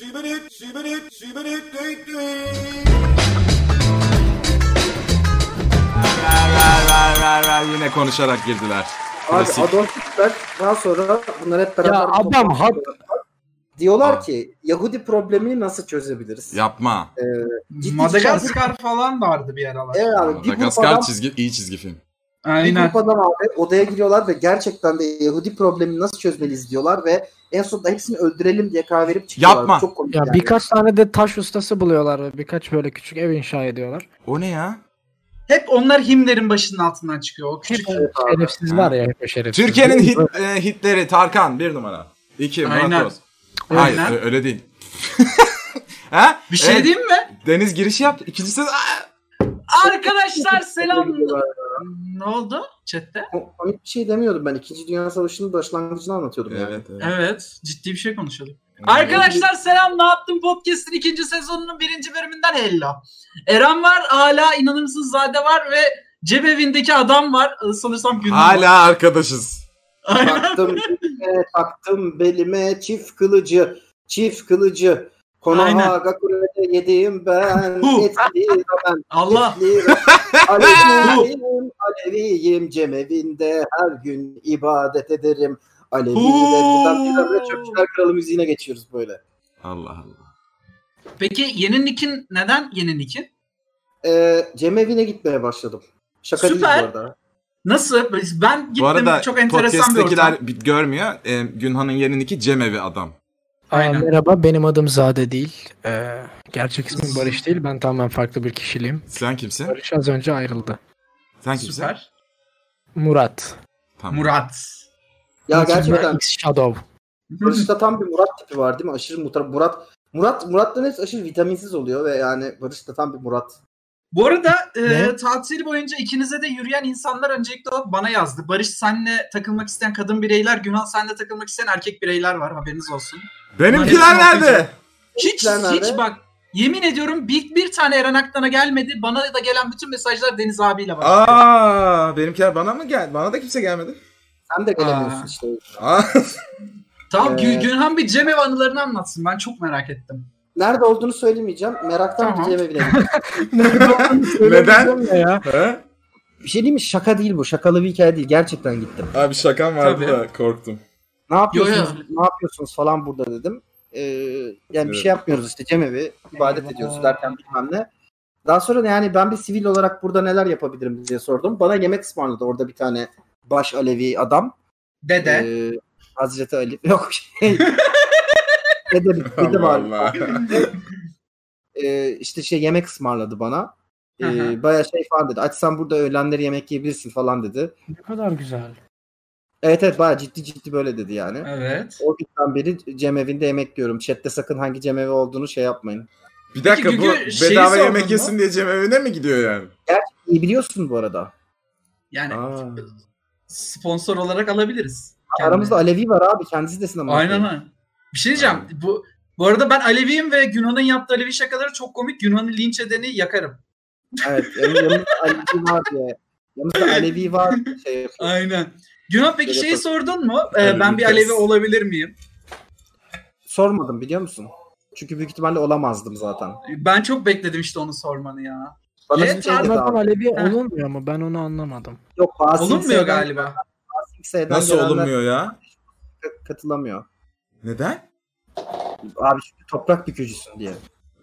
Ver. Yine konuşarak girdiler. Abi Adolf Hitler daha sonra bunlar hep beraber... Ya adam diyorlar ki Yahudi problemini nasıl çözebiliriz? Yapma. Madagaskar falan vardı bir aralar. Evet abi. Madagaskar iyi çizgi film. Aynen. Bir grup adam abi odaya giriyorlar ve gerçekten de Yahudi problemini nasıl çözmeliyiz diyorlar ve en sonunda hepsini öldürelim diye karar verip çıkıyorlar. Yapma. Çok komik ya yani. birkaç tane de taş ustası buluyorlar ve birkaç böyle küçük ev inşa ediyorlar. O ne ya? Hep onlar Himmler'in başının altından çıkıyor. O küçük. Şerefsiz var ya, hep şerefsiz. Türkiye'nin Hitler'i Tarkan 1 numara. 2 Murat Boz. Hayır öyle değil. Ha? Bir şey diyeyim mi? Deniz giriş yaptı. İkincisi arkadaşlar selam. Ne oldu chatte? Komik bir şey demiyordum ben. İkinci Dünya Savaşı'nın başlangıcını anlatıyordum yani. Evet. Ciddi bir şey konuşuyorduk. Arkadaşlar selam. Ne yaptın podcast'in 2. sezonunun 1. bölümünden hello. Eren var. Hala inanır mısın Zade var ve cebevindeki adam var. Sanırsam Günhan hala var. Arkadaşız. Taktım belime çift kılıcı. Konoha Gakure'de yediğim ben. Etli ben. Allah. Aleviyim cemevinde her gün ibadet ederim. Aleviyle buradan bir de Çöpçüler Kralı müziğine geçiyoruz böyle. Allah Allah. Peki yeni Nick'in neden yeni Nick'in? Cemevine gitmeye başladım. Şaka değil bu arada. Nasıl? Ben gittim. Bu arada çok enteresan bir ortam. podcast'tekiler görmüyor. Günhan'ın yerindeki Cemevi adam. Aynen. Merhaba, benim adım Zade değil. Gerçek ismim Barış değil. Ben tamamen farklı bir kişiliğim. Sen kimsin? Barış az önce ayrıldı. Sen kimsin? Süper. Murat. Tamam. Murat. Ya gerçekten. Shadow. Barış'ta tam bir Murat tipi var değil mi? Aşırı Murat'tan hepsi aşırı vitaminsiz oluyor ve yani Barış'ta tam bir Murat. Bu arada tatil boyunca ikinize de yürüyen insanlar öncelikli olarak bana yazdı. Barış senle takılmak isteyen kadın bireyler, Günhan senle takılmak isteyen erkek bireyler var. Haberiniz olsun. Benimkiler nerede? Hiç bak yemin ediyorum bir tane Eren Aktan'a gelmedi. Bana da gelen bütün mesajlar Deniz abiyle var. Benimkiler bana mı geldi? Bana da kimse gelmedi. Sen de gelemiyorsun işte. Tamam Günhan bir Cemev anılarını anlatsın. Ben çok merak ettim. Nerede olduğunu söylemeyeceğim. Meraktan bir Cemevine gideceğim. Neden? Ya. Bir şey değil mi? Şaka değil bu. Şakalı bir hikaye değil. Gerçekten gittim. Abi şakam vardı da korktum. Ne yapıyorsunuz? Ne yapıyorsunuz falan burada dedim. Yani bir şey yapmıyoruz işte Cemevi. İbadet ediyoruz derken bilmem ne. Daha sonra yani ben bir sivil olarak burada neler yapabilirim diye sordum. Bana yemek ısmarladı orada bir tane baş Alevi adam. Dede. Hazreti Ali. Yok şey. Dede var. İşte yemek ısmarladı bana. Bayağı şey falan dedi. Açsan burada öğlenleri yemek yiyebilirsin falan dedi. Ne kadar güzel. Evet bayağı ciddi böyle dedi yani. Evet. O günden beri Cemevinde yemek diyorum. Chat'te sakın hangi Cemevi olduğunu şey yapmayın. Bir dakika peki, bu bedava yemek yesin diye Cemevine mi gidiyor yani? Gerçekten iyi biliyorsun bu arada. Yani sponsor olarak alabiliriz. Aramızda Alevi var abi. Kendisi desin ama. Aynen. Bir şey diyeceğim. Bu arada ben Aleviyim ve Günhan'ın yaptığı Alevi şakaları çok komik. Günhan'ı linç edeni yakarım. Evet. Yanımızda Alevi var diye. Yanımızda Alevi var. Aynen. Günhan peki şeyi sordun mu? Ben bir Alevi olabilir miyim? Sormadım biliyor musun? Çünkü büyük ihtimalle olamazdım zaten. Ben çok bekledim işte onu sormanı ya. Bana Evet, Alevi olunmuyor mu? Ben onu anlamadım. Yok. Olunmuyor galiba. Nasıl olunmuyor ya? Katılamıyor. Neden? Abi çünkü toprak bükücüsün diye.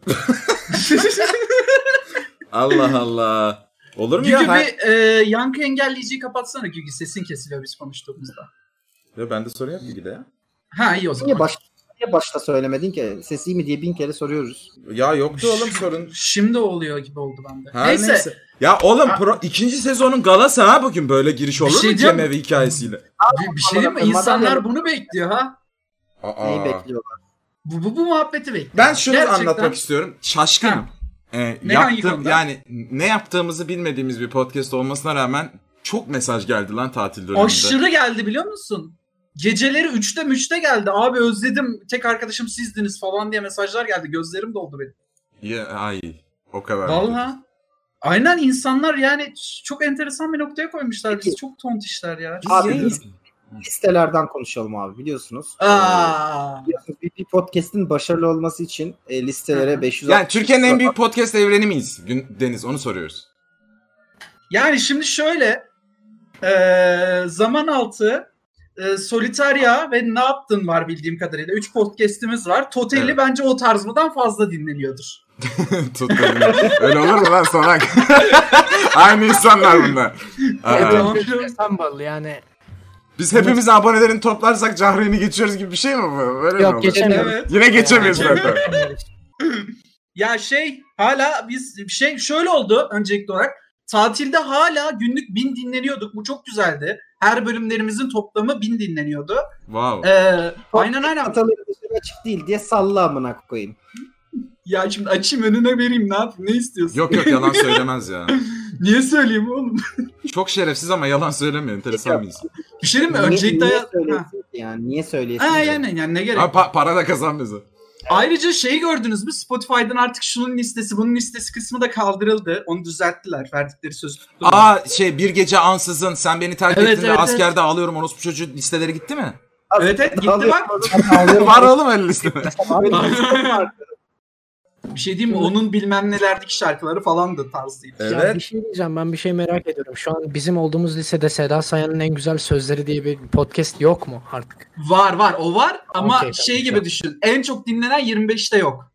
Allah Allah. Olur mu Gügü ya? bir yankı engelleyiciyi kapatsana Gügü. Sesin kesiliyor biz konuştuğumuzda. Ya ben de sorun yok Gügü'de ya. Ha iyi o zaman. Niye başta söylemedin ki? Sesi iyi mi diye 1000 kere soruyoruz. Ya yoktu oğlum sorun. Şimdi oluyor gibi oldu bende. Neyse. Ya oğlum ikinci sezonun galası ha bugün böyle giriş olur mu Cemevi hikayesiyle? Bir şey diyeyim mi? İnsanlar bunu bekliyor ha. Neyi bekliyorlar? Bu muhabbeti bekliyor. Ben şunu anlatmak istiyorum. Şaşkınım. Yani ne yaptığımızı bilmediğimiz bir podcast olmasına rağmen çok mesaj geldi lan tatil döneminde. Aşırı geldi biliyor musun? Geceleri 3'te geldi. Abi özledim. Tek arkadaşım sizdiniz falan diye mesajlar geldi. Gözlerim doldu benim. Ya o kadar. Vallahi. Aynen insanlar yani çok enteresan bir noktaya koymuşlar. Biz çok tontişler ya. Abi listelerden konuşalım abi, biliyorsunuz. Biliyorsunuz bir podcast'in başarılı olması için listelere 500. Yani Türkiye'nin en büyük podcast evreni miyiz Deniz? Onu soruyoruz. Yani şimdi şöyle Zamanaltı, Solitaria ve Ne Yaptın var bildiğim kadarıyla. 3 podcast'imiz var. Totally bence o tarzdan fazla dinleniyordur. Öyle olur mu lan salak? Aynı insanlar bunlar. Sambalı yani. Biz hepimiz abonelerini toplarsak Cahreyn'i geçiyoruz gibi bir şey mi bu? Böyle yok geçemiyoruz. Evet. Yine geçemiyoruz zaten. Ya hala biz şöyle oldu öncelikli olarak. Tatilde hala günlük 1000 dinleniyorduk. Bu çok güzeldi. Her bölümlerimizin toplamı 1000 dinleniyordu. Wow. Aynen. Ataları dışarı açık değil diye salla amına koyayım. Ya şimdi açayım önüne vereyim, ne yapayım, ne istiyorsun? Yok yalan söylemez ya. Niye söyleyeyim oğlum? Çok şerefsiz ama yalan söylemiyor. Enteresan bir insan. Bir şey değil mi? Öncelikle Niye söyleyesin? Yani ne gerek? Abi para da kazanmıyor. Ayrıca gördünüz mü? Spotify'dan artık şunun listesi, bunun listesi kısmı da kaldırıldı. Onu düzelttiler. Verdikleri sözü tuttu. Bir gece ansızın sen beni terk ettin de askerde ağlıyorum orospu çocuğu listeleri gitti mi? Evet gitti bak. Var oğlum öyle listeler. Bir şey diyeyim mi? Onun bilmem nelerdeki şarkıları falan da tarzıydı. Evet. Ya bir şey diyeceğim, ben bir şey merak ediyorum. Şu an bizim olduğumuz lisede Seda Sayan'ın en güzel sözleri diye bir podcast yok mu artık? Var o var ama Okay, gibi düşün. En çok dinlenen 25'te yok.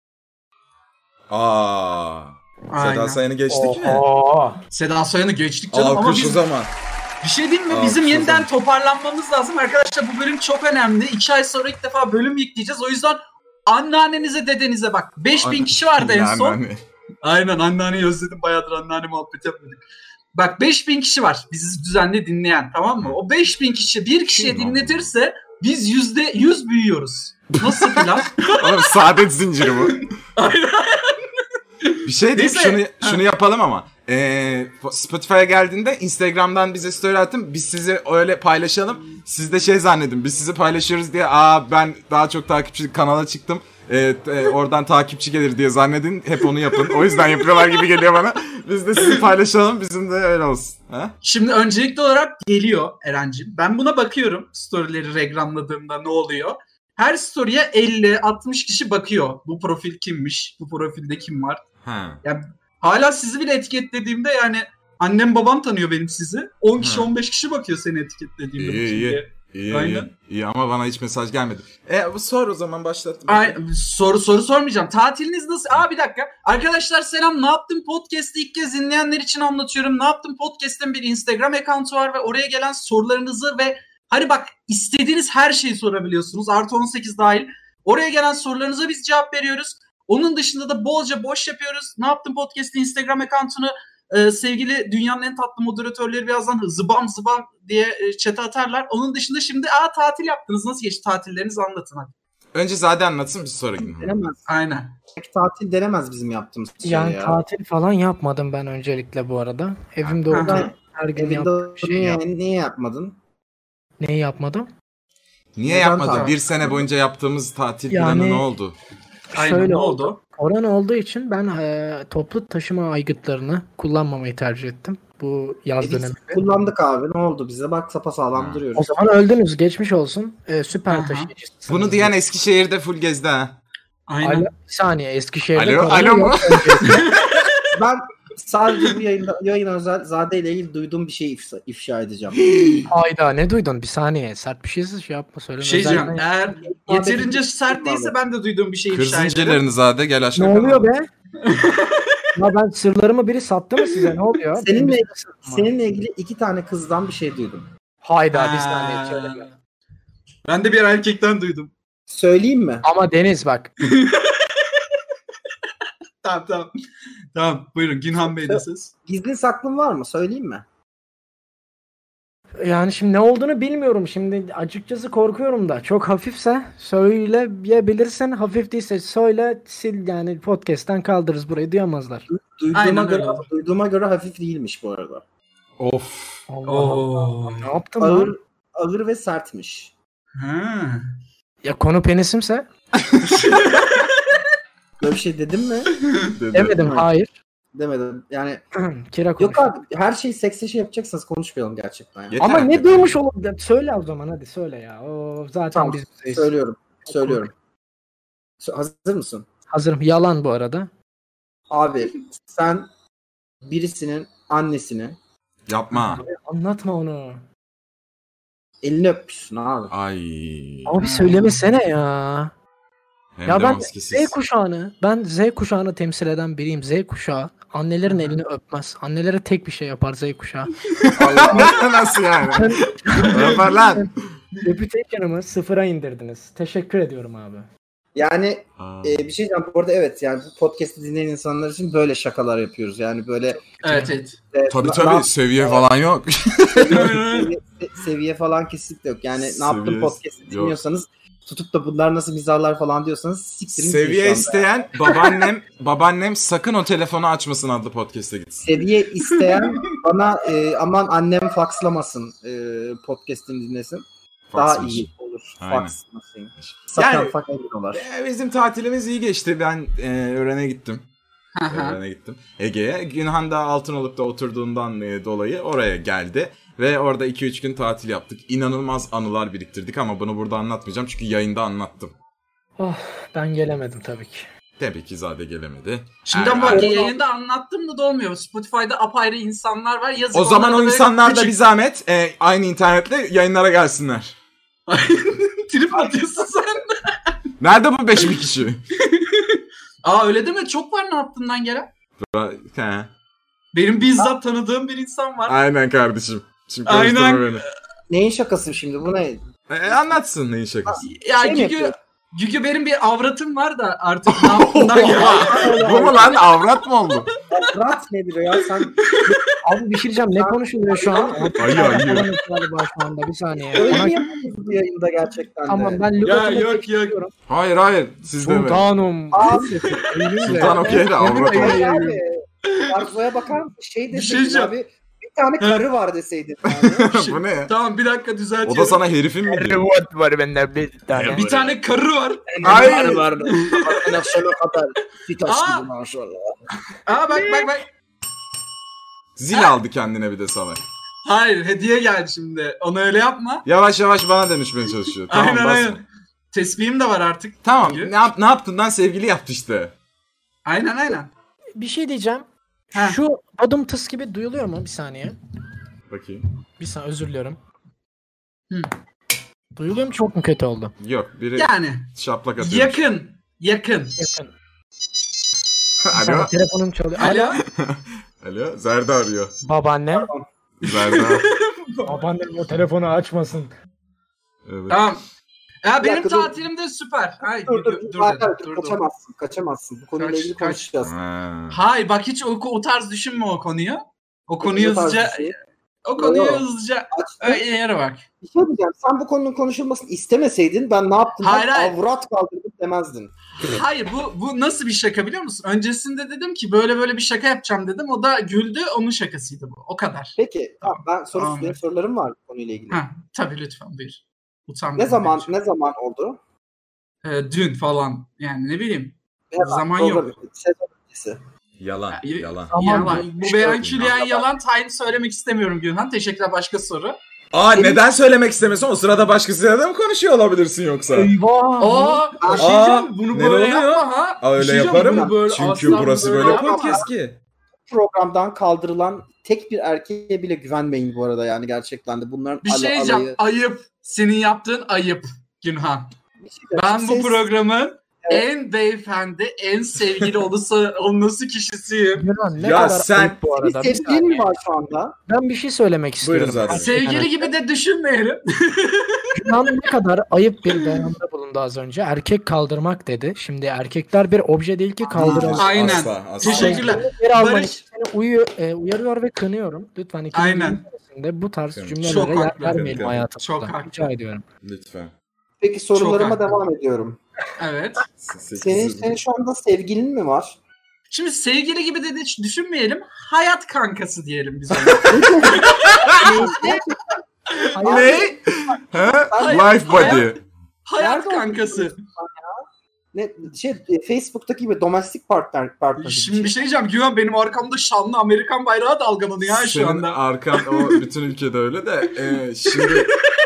Seda Sayan'ı geçtik mi? Seda Sayan'ı geçtik canım ama Alkış o zaman. Bir şey diyeyim mi? Bizim yeniden toparlanmamız lazım. Arkadaşlar bu bölüm çok önemli. 2 ay sonra ilk defa bölüm yükleyeceğiz. O yüzden anneannenize, dedenize bak. 5000 kişi vardı en son. Aynen, anneanneyi özledim. Bayağıdır anneanne muhabbet yapmadık. Bak 5000 kişi var bizi düzenli dinleyen, tamam mı? O 5000 kişi bir kişiye dinletirse biz %100 büyüyoruz. Nasıl plan? Oğlum saadet zinciri bu. Aynen. Bir şey diyeyim, şunu yapalım ama. Spotify'a geldiğinde Instagram'dan bize story atın. Biz sizi öyle paylaşalım. Siz de zannedin. Biz sizi paylaşıyoruz diye ben daha çok takipçi kanala çıktım. Oradan takipçi gelir diye zannedin. Hep onu yapın. O yüzden yapıyorlar gibi geliyor bana. Biz de sizi paylaşalım. Bizim de öyle olsun. Ha? Şimdi öncelikli olarak geliyor Eren'cim. Ben buna bakıyorum. Storyleri reklamladığımda ne oluyor? Her story'e 50-60 kişi bakıyor. Bu profil kimmiş? Bu profilde kim var? Yani hala sizi bile etiketlediğimde yani annem babam tanıyor benim sizi. 10 kişi 15 kişi bakıyor seni etiketlediğimde. İyi ama bana hiç mesaj gelmedi. Sor o zaman, başlattım. Soru sormayacağım. Tatiliniz nasıl? Bir dakika. Arkadaşlar selam. Ne Yaptım Podcast'ı ilk kez dinleyenler için anlatıyorum. Ne Yaptım Podcast'ın bir Instagram account'u var ve oraya gelen sorularınızı ve hani bak istediğiniz her şeyi sorabiliyorsunuz. Artı 18 dahil. Oraya gelen sorularınıza biz cevap veriyoruz. Onun dışında da bolca boş yapıyoruz. Ne Yaptım Podcast'ın Instagram account'unu sevgili dünyanın en tatlı moderatörleri birazdan zıbam diye chat'e atarlar. Onun dışında şimdi tatil yaptınız. Nasıl geçti tatillerinizi, anlatın hadi. Önce Zade anlatsın, bir sonra gidelim. Denemez. Aynen. Tatil denemez bizim yaptığımız şey yani ya. Tatil falan yapmadım ben öncelikle bu arada. Evimde orada her gün yaptığım şey. Niye yapmadın? Neyi yapmadım? Niye yapmadın? Bir sene boyunca yaptığımız tatil planı ne oldu? Şöyle oldu. Korona olduğu için ben toplu taşıma aygıtlarını kullanmamayı tercih ettim. Bu yaz döneminde. Kullandık abi, ne oldu bize? Bak sapasağlam duruyoruz. O zaman öldünüz, geçmiş olsun. Süper taşıyıcısınız. Bunu diyen Eskişehir'de full gezdi ha. Aynen. Bir saniye, Eskişehir'de Alo mu? Ben sadece bu yayın özel Zade ile ilgili duyduğum bir şey ifşa edeceğim. Hayda, ne duydun? Bir saniye, sert bir şeyse yapma, söyleme. Bir şey diyeceğim. Eğer yeterince sert değilse ben de duyduğum bir şey ifşa edeceğim. Kırzincelerini Zade, gel aşağı. Ne oluyor be? Ya ben sırlarımı biri sattı mı size? Ne oluyor? Seninle ilgili 2 tane kızdan bir şey duydum. Hayda, bir saniye söyle. Ben de bir erkekten duydum. Söyleyeyim mi? Ama Deniz bak. Tamam. Buyurun Günhan Bey de siz. Gizli saklın var mı? Söyleyeyim mi? Yani şimdi ne olduğunu bilmiyorum. Şimdi açıkçası korkuyorum da. Çok hafifse söyleyebilirsin. Hafif değilse söyle, sil, yani podcast'ten kaldırırız, burayı duyamazlar. Duyduğuma göre hafif değilmiş bu arada. Of. Allah. Ne yaptın lan? Ağır ve sertmiş. Ya konu penisimse? Böyle bir şey dedim mi? Demedim, hayır. demedim. Yani Kira konuş. yok abi her şeyi seksleşe yapacaksanız konuşmayalım gerçekten. Yani. Yeter Ama artık. ne duymuş olur? Söyle o zaman hadi söyle ya. O zaten Tamam, biz söylüyorum. Hazır mısın? Hazırım. Yalan bu arada. Abi sen birisinin annesini Yapma. Anlatma onu. elini öpmüşsün abi. Ay. Abi söylemesene ya. Hem Ya de ben maskesiz. Z kuşağını temsil eden biriyim. Z kuşağı annelerin elini öpmez. Annelere tek bir şey yapar Z kuşağı. Nasıl yani? Yapar lan. Reputation'ımı sıfıra indirdiniz. Teşekkür ediyorum abi. Yani Aa. bir şey diyeceğim. Bu arada evet yani bu podcast'i dinleyen insanlar için böyle şakalar yapıyoruz. Yani böyle Evet. Tabii seviye falan yok. seviye falan kesinlikle yok. Yani ne yaptım Seviyesi podcast'i yok. dinliyorsanız tutup da bunlar nasıl mizahlar falan diyorsanız siktirin. Seviye isteyen babaannem sakın o telefonu açmasın adlı podcast'e gitsin. Seviye isteyen bana aman annem fakslamasın podcast'ini dinlesin. Daha Faksmış. iyi olur. Aynen. Fakslasın. Sakan Yani- fak ediyorlar. Bizim tatilimiz iyi geçti. Ben Öğren'e gittim. Ege'ye. Günhan da Altınoluk'ta oturduğundan dolayı oraya geldi. Ve orada 2-3 gün tatil yaptık. İnanılmaz anılar biriktirdik ama bunu burada anlatmayacağım. Çünkü yayında anlattım. Oh, ben gelemedim tabii ki. Tabii ki Zade gelemedi. Şimdi Yani- ama yayında anlattım mı da olmuyor. Spotify'da apayrı insanlar var. Yazık O zaman onlara o da insanlar da küçük- bir zahmet aynı internetle yayınlara gelsinler. Trip atıyorsun sen. Nerede bu 5.000 kişi? Aa öyle deme, çok var ne yaptığından gelen. He. Benim bizzat tanıdığım bir insan var. Aynen kardeşim. Şimdi Aynen. karıştırma beni. Neyin şakası şimdi bu ne? Anlatsın neyin şakası. Ya Şey mi Gügü, yapıyor? Gügü benim bir avratım var da artık ne yaptığından gelen. Bu mu lan? Avrat mı oldu? Rat nedir o ya sen? Abi bir şey diyeceğim. Ne konuşuluyor şu an? Ayı. Galiba şu anda. Bir saniye. Öyle mi yapıyorsunuz bu yayında gerçekten de? Tamam ben Ya Lügat'ı yok. bekliyorum. Hayır. Siz de mi? Sultanım. Abi, Sultan okey de avrat Hayır oldu. abi. Arzu'ya bakar mısın? Şey şey deseydin diyeceğim. abi. Bir tane karı var deseydin yani. Bu ne ya? Tamam bir dakika düzeltiyorum. O da sana herifin mi diyor? var benden bir tane. Bir tane karı var. Ay. Karı vardı. Akşama kadar. Fitaş Aa. gibi maşallah. Aa bak. Zil aldı kendine bir de sana. Hayır hediye geldi şimdi. Onu öyle yapma. Yavaş bana dönüşmeye çalışıyor. Tamam Aynen, basma. aynen. Tesbihim de var artık. Tamam Gügü. ne yaptın lan sevgili yaptı işte. Aynen. Bir şey diyeceğim. Heh. Şu adım tıs gibi duyuluyor mu? Bir saniye. Bakayım. Bir saniye özür diliyorum. Hı. Duyuluyor mu? Çok mu kötü oldu? Yok biri Yani şaplak atıyor. yakın. Yakın. Bir Alo. saniye, telefonum çalıyor. Alo. Alo. Zerda arıyor. Babaannem. Zerda. Babaannem o telefonu açmasın. Evet. Tamam. Ya benim dakika, dur. tatilim de süper. Hayır, Dur dur. kaçamazsın. Bu konuyla Kaç, ilgili kaç. konuşacağız. Ha. Hayır bak hiç o tarz düşünme o konuyu. O konuyu Ne tarz hızlıca bir şey? o konuyu Yok. hızlıca Açtım. yere bak. Bir şey diyeceğim. Sen bu konunun konuşulmasını istemeseydin ben ne yaptım? Hayır, Ben hayır. avrat kaldırdım demezdin. Hayır bu nasıl bir şaka biliyor musun? Öncesinde dedim ki böyle bir şaka yapacağım dedim. O da güldü. Onun şakasıydı bu. O kadar. Peki tamam ben Tamam. benim sorularım var bu konuyla ilgili. Ha, tabii lütfen buyur. Utandım. Ne zaman oldu? Dün falan. Yani ne bileyim. Hemen Zaman program- yok. Sezon öncesi. Yalan. Ya- Yalan. Yalan. Bu beyan işte. külliyen yalan. Time söylemek istemiyorum Gülhan. Teşekkürler. Başka soru. Aa neden söylemek istemiyorsun? O sırada başkasıyla da mı konuşuyor olabilirsin yoksa? Eyvah. Aa, bir şey Aa, diyeceğim. Bunu ne böyle oluyor? yapma ha. Aa, Bir öyle şey diyeceğim, yaparım. bunu böyle Çünkü asla burası böyle böyle yapma. podcast ki. Programdan kaldırılan tek bir erkeğe bile güvenmeyin bu arada yani gerçekten de. Bunların Bir şey diyeceğim. alayı. Ayıp. Senin yaptığın ayıp Günhan. Bir şey diyeceğim. Ben bu Ses- programın en beyefendi, en sevgili olması kişisiyim. Yunan, ne Ya kadar sen- ayıp bu Bir arada. Bir sevgilin saniye. mi var şu anda? Ben bir şey söylemek istiyorum. zaten. Sevgili gibi de düşünmeyelim. Yunan ne kadar ayıp bir beyanda bulundu az önce. Erkek kaldırmak dedi. Şimdi erkekler bir obje değil ki kaldırılır. Aynen. Asla. Teşekkürler. Geri almak Barış. için seni uyarıyor ve kınıyorum. Lütfen ikimizin Aynen. arasında bu tarz Çok cümlelere yer haklı. vermeyelim Çok hayatımızda. haklı. Rica ediyorum. Lütfen. Peki sorularıma haklı. devam ediyorum. Evet. Senin şu anda sevgilin mi var? Şimdi sevgili gibi de hiç düşünmeyelim. Hayat kankası diyelim biz ona. Ne? Ha? Hayır, Life body. hayat Nerede kankası. Facebook'taki gibi domestik partner. Şimdi bir şey diyeceğim. Güven benim arkamda şanlı Amerikan bayrağı dalgalanıyor ya şu anda. Senin arkan o bütün ülkede öyle de şimdi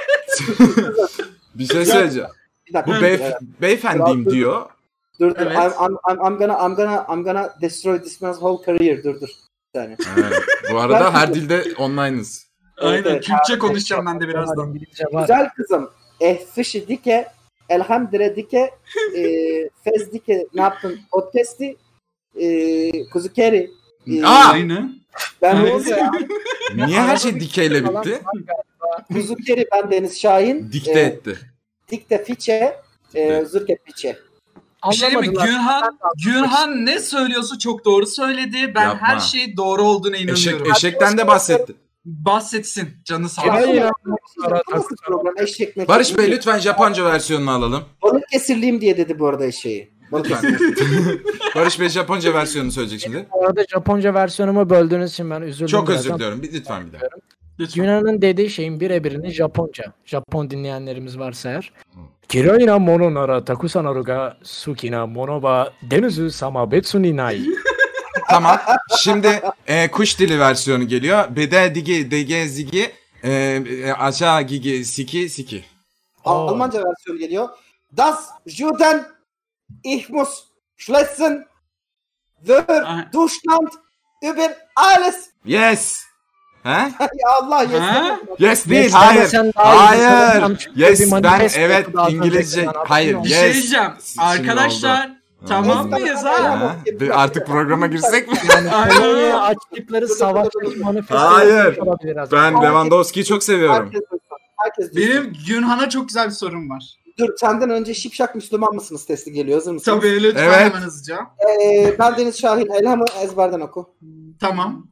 bir şey söyleyeceğim. Bu beyefendiyim diyor. Dur. Evet. I'm gonna destroy this man's whole career. Dur. Yani. Evet. Bu arada her dilde online'ız. Aynen. Evet. Kürtçe konuşacağım ben de birazdan. İngilizce var. Güzel kızım. Fişi dike, elhamdire dike, fez dike, ne yaptın? Podcast'i, kuzu keri. Aynen. Ben Evet. ne oldu ya? Niye her şey dikeyle bitti? Kuzu keri, ben Deniz Şahin. Dikte etti. Dikte fiçe, zırke piçe. Bir şey diyeyim mi? Günhan ne söylüyorsa çok doğru söyledi. Ben Yapma. her şeyin doğru olduğuna inanıyorum. Eşekten de bahsetti. Bahsetsin. Canı sağ olsun. Hayır. Nasıl program? Eşek meşek. Barış Bey lütfen Japonca versiyonunu alalım. Balıkesirliyim diye dedi bu arada eşeği. Lütfen. Barış Bey Japonca versiyonunu söyleyecek şimdi. Bu arada Japonca versiyonumu böldüğünüz için ben üzüldüm. Çok özür zaten. diliyorum. Lütfen bir daha. Lütfen. Yunan'ın dediği şeyin birebirini Japonca. Japon dinleyenlerimiz varsa eğer. Kirai na mono nara takusanaru ga suki na mono wa denuzu sama betsu ni nai. Tamam. Şimdi kuş dili versiyonu geliyor. Bede digi dege zigi aşağı gigi siki siki. Almanca versiyonu geliyor. Das Juden ich muss schletzen der Deutschland über alles. Yes. He? Ya Allah Ha? Yes değil. Yes, Hayır. sen daha iyi Hayır. sanırım çünkü Yes bir ben manifest evet yapı daha İngilizce. söyleyeceksin. Hayır. Bir Yes. şey diyeceğim. Şimdi Arkadaşlar oldu. tamam mıyız ha? Ha? Artık programa girsek mi? Polonya'ya açtıkları savaştaki manifesto Hayır. yapmış olabilir aslında. Ben Lewandowski'yi çok seviyorum. Herkes Benim Günhan'a çok güzel bir sorum var. Dur, senden önce şipşak Müslüman mısınız testi geliyor. Hazır mısınız? Tabii lütfen Evet. hemen hızlıca. Ben Deniz Şahin. Elhamı ezberden oku. Tamam.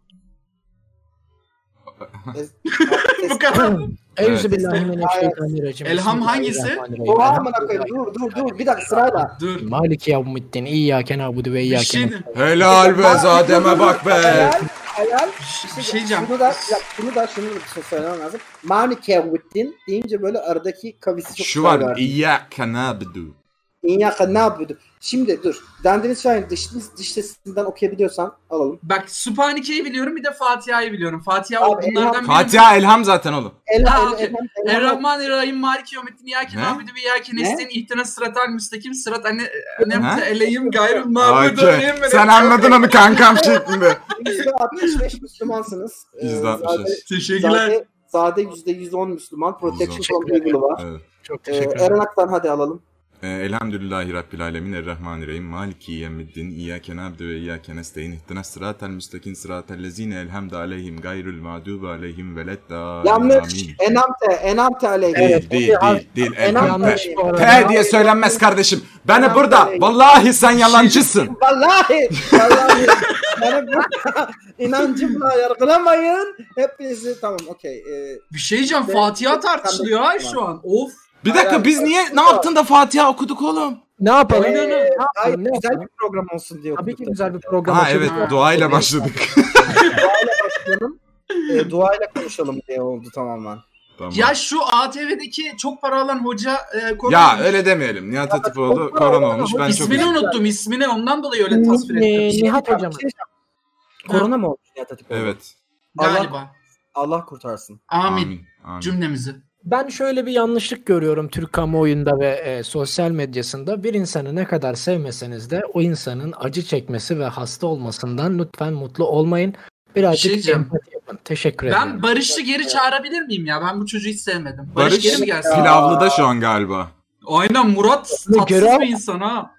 Ez- Bu kadar. Euzubillahimineşşeytanirracim. Elham hangisi? Oha amına koyayım. Dur. Bir dakika sırayla. Dur. Maliki yevmiddin. İyyâke na'budu ve Bir iyyâke şey, nestaîn. Helal be zademe bak be. Hayal. bir şey diyeceğim. Şunu da söylemem lazım. Manikevüddin deyince böyle aradaki kavisi çok Şu var. güzel verdi. İyyâke na'budu. İnyaka ne yapıyordu? Şimdi dur. Dendeniz Şahin dış sesinden okuyabiliyorsan alalım. Bak Sübhaneke'yi biliyorum bir de Fatiha'yı biliyorum. Fatiha Abi, bunlardan biri. Fatiha Elham zaten oğlum. Errahmanirrahim Maliki Yevmiddin İyyâke Ne? na'budu ve İyyâke Ne? nestaîn ihdinas sıratal müstakim sırat Ha? anemte eleyhim gayril mağdubi Okey. aleyhim ve Sen anladın onu kankam şeklinde. %65 Müslümansınız. %65. Teşekkürler. Sade %110 Müslüman. Protection %110. from Evil var. Evet. Çok teşekkür ederim. Eren Aktan hadi alalım. Elhamdülillahi Rabbil Alemin Errahmanirrahim Maliki Yevmiddin İyyâke na'budu ve İyyâke nestaîn ihdinas sıratal müstakim sıratal lezîne elhamdü aleyhim gayril mağdubi aleyhim veleddâlin. Yanlış. Enamte aleyhi. Değil. Yanlış bu arada. T diye söylenmez kardeşim. Beni burada. Vallahi sen yalancısın. Vallahi. Yani burada inancımla yargılamayın. Hepinizi tamam okey. Bir şey diyeceğim Fatiha tartışılıyor ha şu an. Of. Bir dakika biz niye ne yaptın da Fatiha okuduk oğlum? Ne yapalım? Aynen öyle. Hayır, Ne güzel yapalım? bir program olsun diye Tabii okuduk. ki güzel bir program. Ha açıldı. evet duayla başladık. Duayla başlayalım. Duayla konuşalım diye oldu tamamen. Tamam. Ya şu ATV'deki çok para alan hoca Ya öyle demeyelim. Nihat Hatipoğlu korona olmuş. Ben çok ismini unuttum ismini ondan dolayı öyle tasvir ettim. Nihat hocam. Korona mı oldu Nihat Hatipoğlu? Evet. Galiba. Allah kurtarsın. Amin. Amin. Cümlemizi. Ben şöyle bir yanlışlık görüyorum Türk kamuoyunda ve sosyal medyasında. Bir insanı ne kadar sevmeseniz de o insanın acı çekmesi ve hasta olmasından lütfen mutlu olmayın. Birazcık diyeceğim. empati yapın. Teşekkür ederim. Ben Barış'ı geri çağırabilir miyim ya? Ben bu çocuğu hiç sevmedim. Barış geri mi gelsin? pilavlıda şu an galiba. Aynen Murat Geri tatsız al. bir insan ha.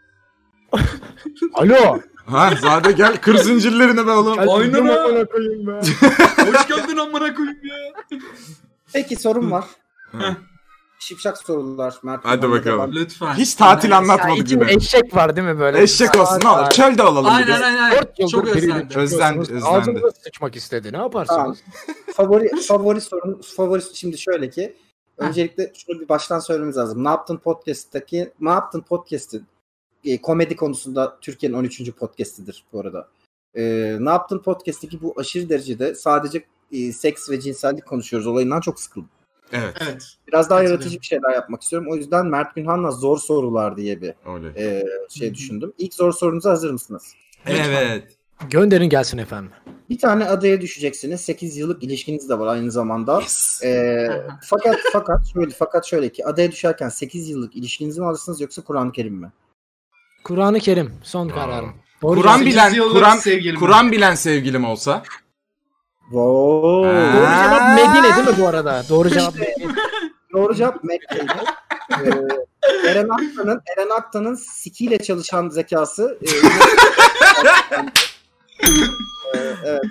Alo. Ha Zade gel kır zincirlerini be oğlum. Aynen ha. Amına koyayım be. Hoş geldin amına koyayım ya. Peki sorum var. Hı. Şipşak sorular. Mert Hadi Bey, bakalım. Lütfen. Hiç tatil Ya anlatmadık içinde yine. eşek var değil mi böyle? Eşek olsun ne olur. Çölde olalım bir de. Aynen. 4 yıldır Çok biriyle özlendi. Özlendi. Ağzınıza sıçmak istedi. Ne yaparsınız? Favori sorun şimdi şöyle ki öncelikle şunu bir baştan söylememiz lazım. Ne yaptın podcast'in komedi konusunda Türkiye'nin 13. podcastidir bu arada. Ne yaptın podcast'teki bu aşırı derecede sadece seks ve cinsellik konuşuyoruz. Olayından çok sıkıldım. Evet. Biraz daha yaratıcı bir şeyler yapmak istiyorum. O yüzden Mert Günhan'la zor sorular diye bir şey düşündüm. İlk zor sorunuza hazır mısınız? Evet. Gönderin gelsin efendim. Bir tane adaya düşeceksiniz. 8 yıllık ilişkiniz de var aynı zamanda. Yes. Fakat şöyle ki adaya düşerken 8 yıllık ilişkinizi mi alırsınız yoksa Kur'an-ı Kerim mi? Kur'an-ı Kerim son kararım. Kur'an bilen sevgilim olsa. Wow. Doğru cevap Medine değil mi bu arada? Doğru cevap Medine. Doğru cevap Mekke'ydi. Eren Aktan'ın sikiyle çalışan zekası. Evet.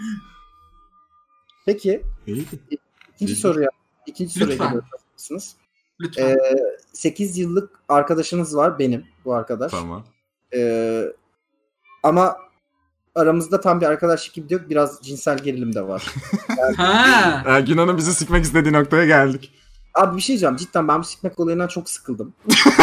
Peki. İkinci soruya geliyorsunuz. Lütfen. 8 yıllık arkadaşınız var benim bu arkadaş. Tamam. Ama aramızda tam bir arkadaşlık gibi yok. Biraz cinsel gerilim de var. Yani, Günhan'ın bizi sikmek istediği noktaya geldik. Abi bir şey diyeceğim. Cidden ben bu sikmek olayından çok sıkıldım.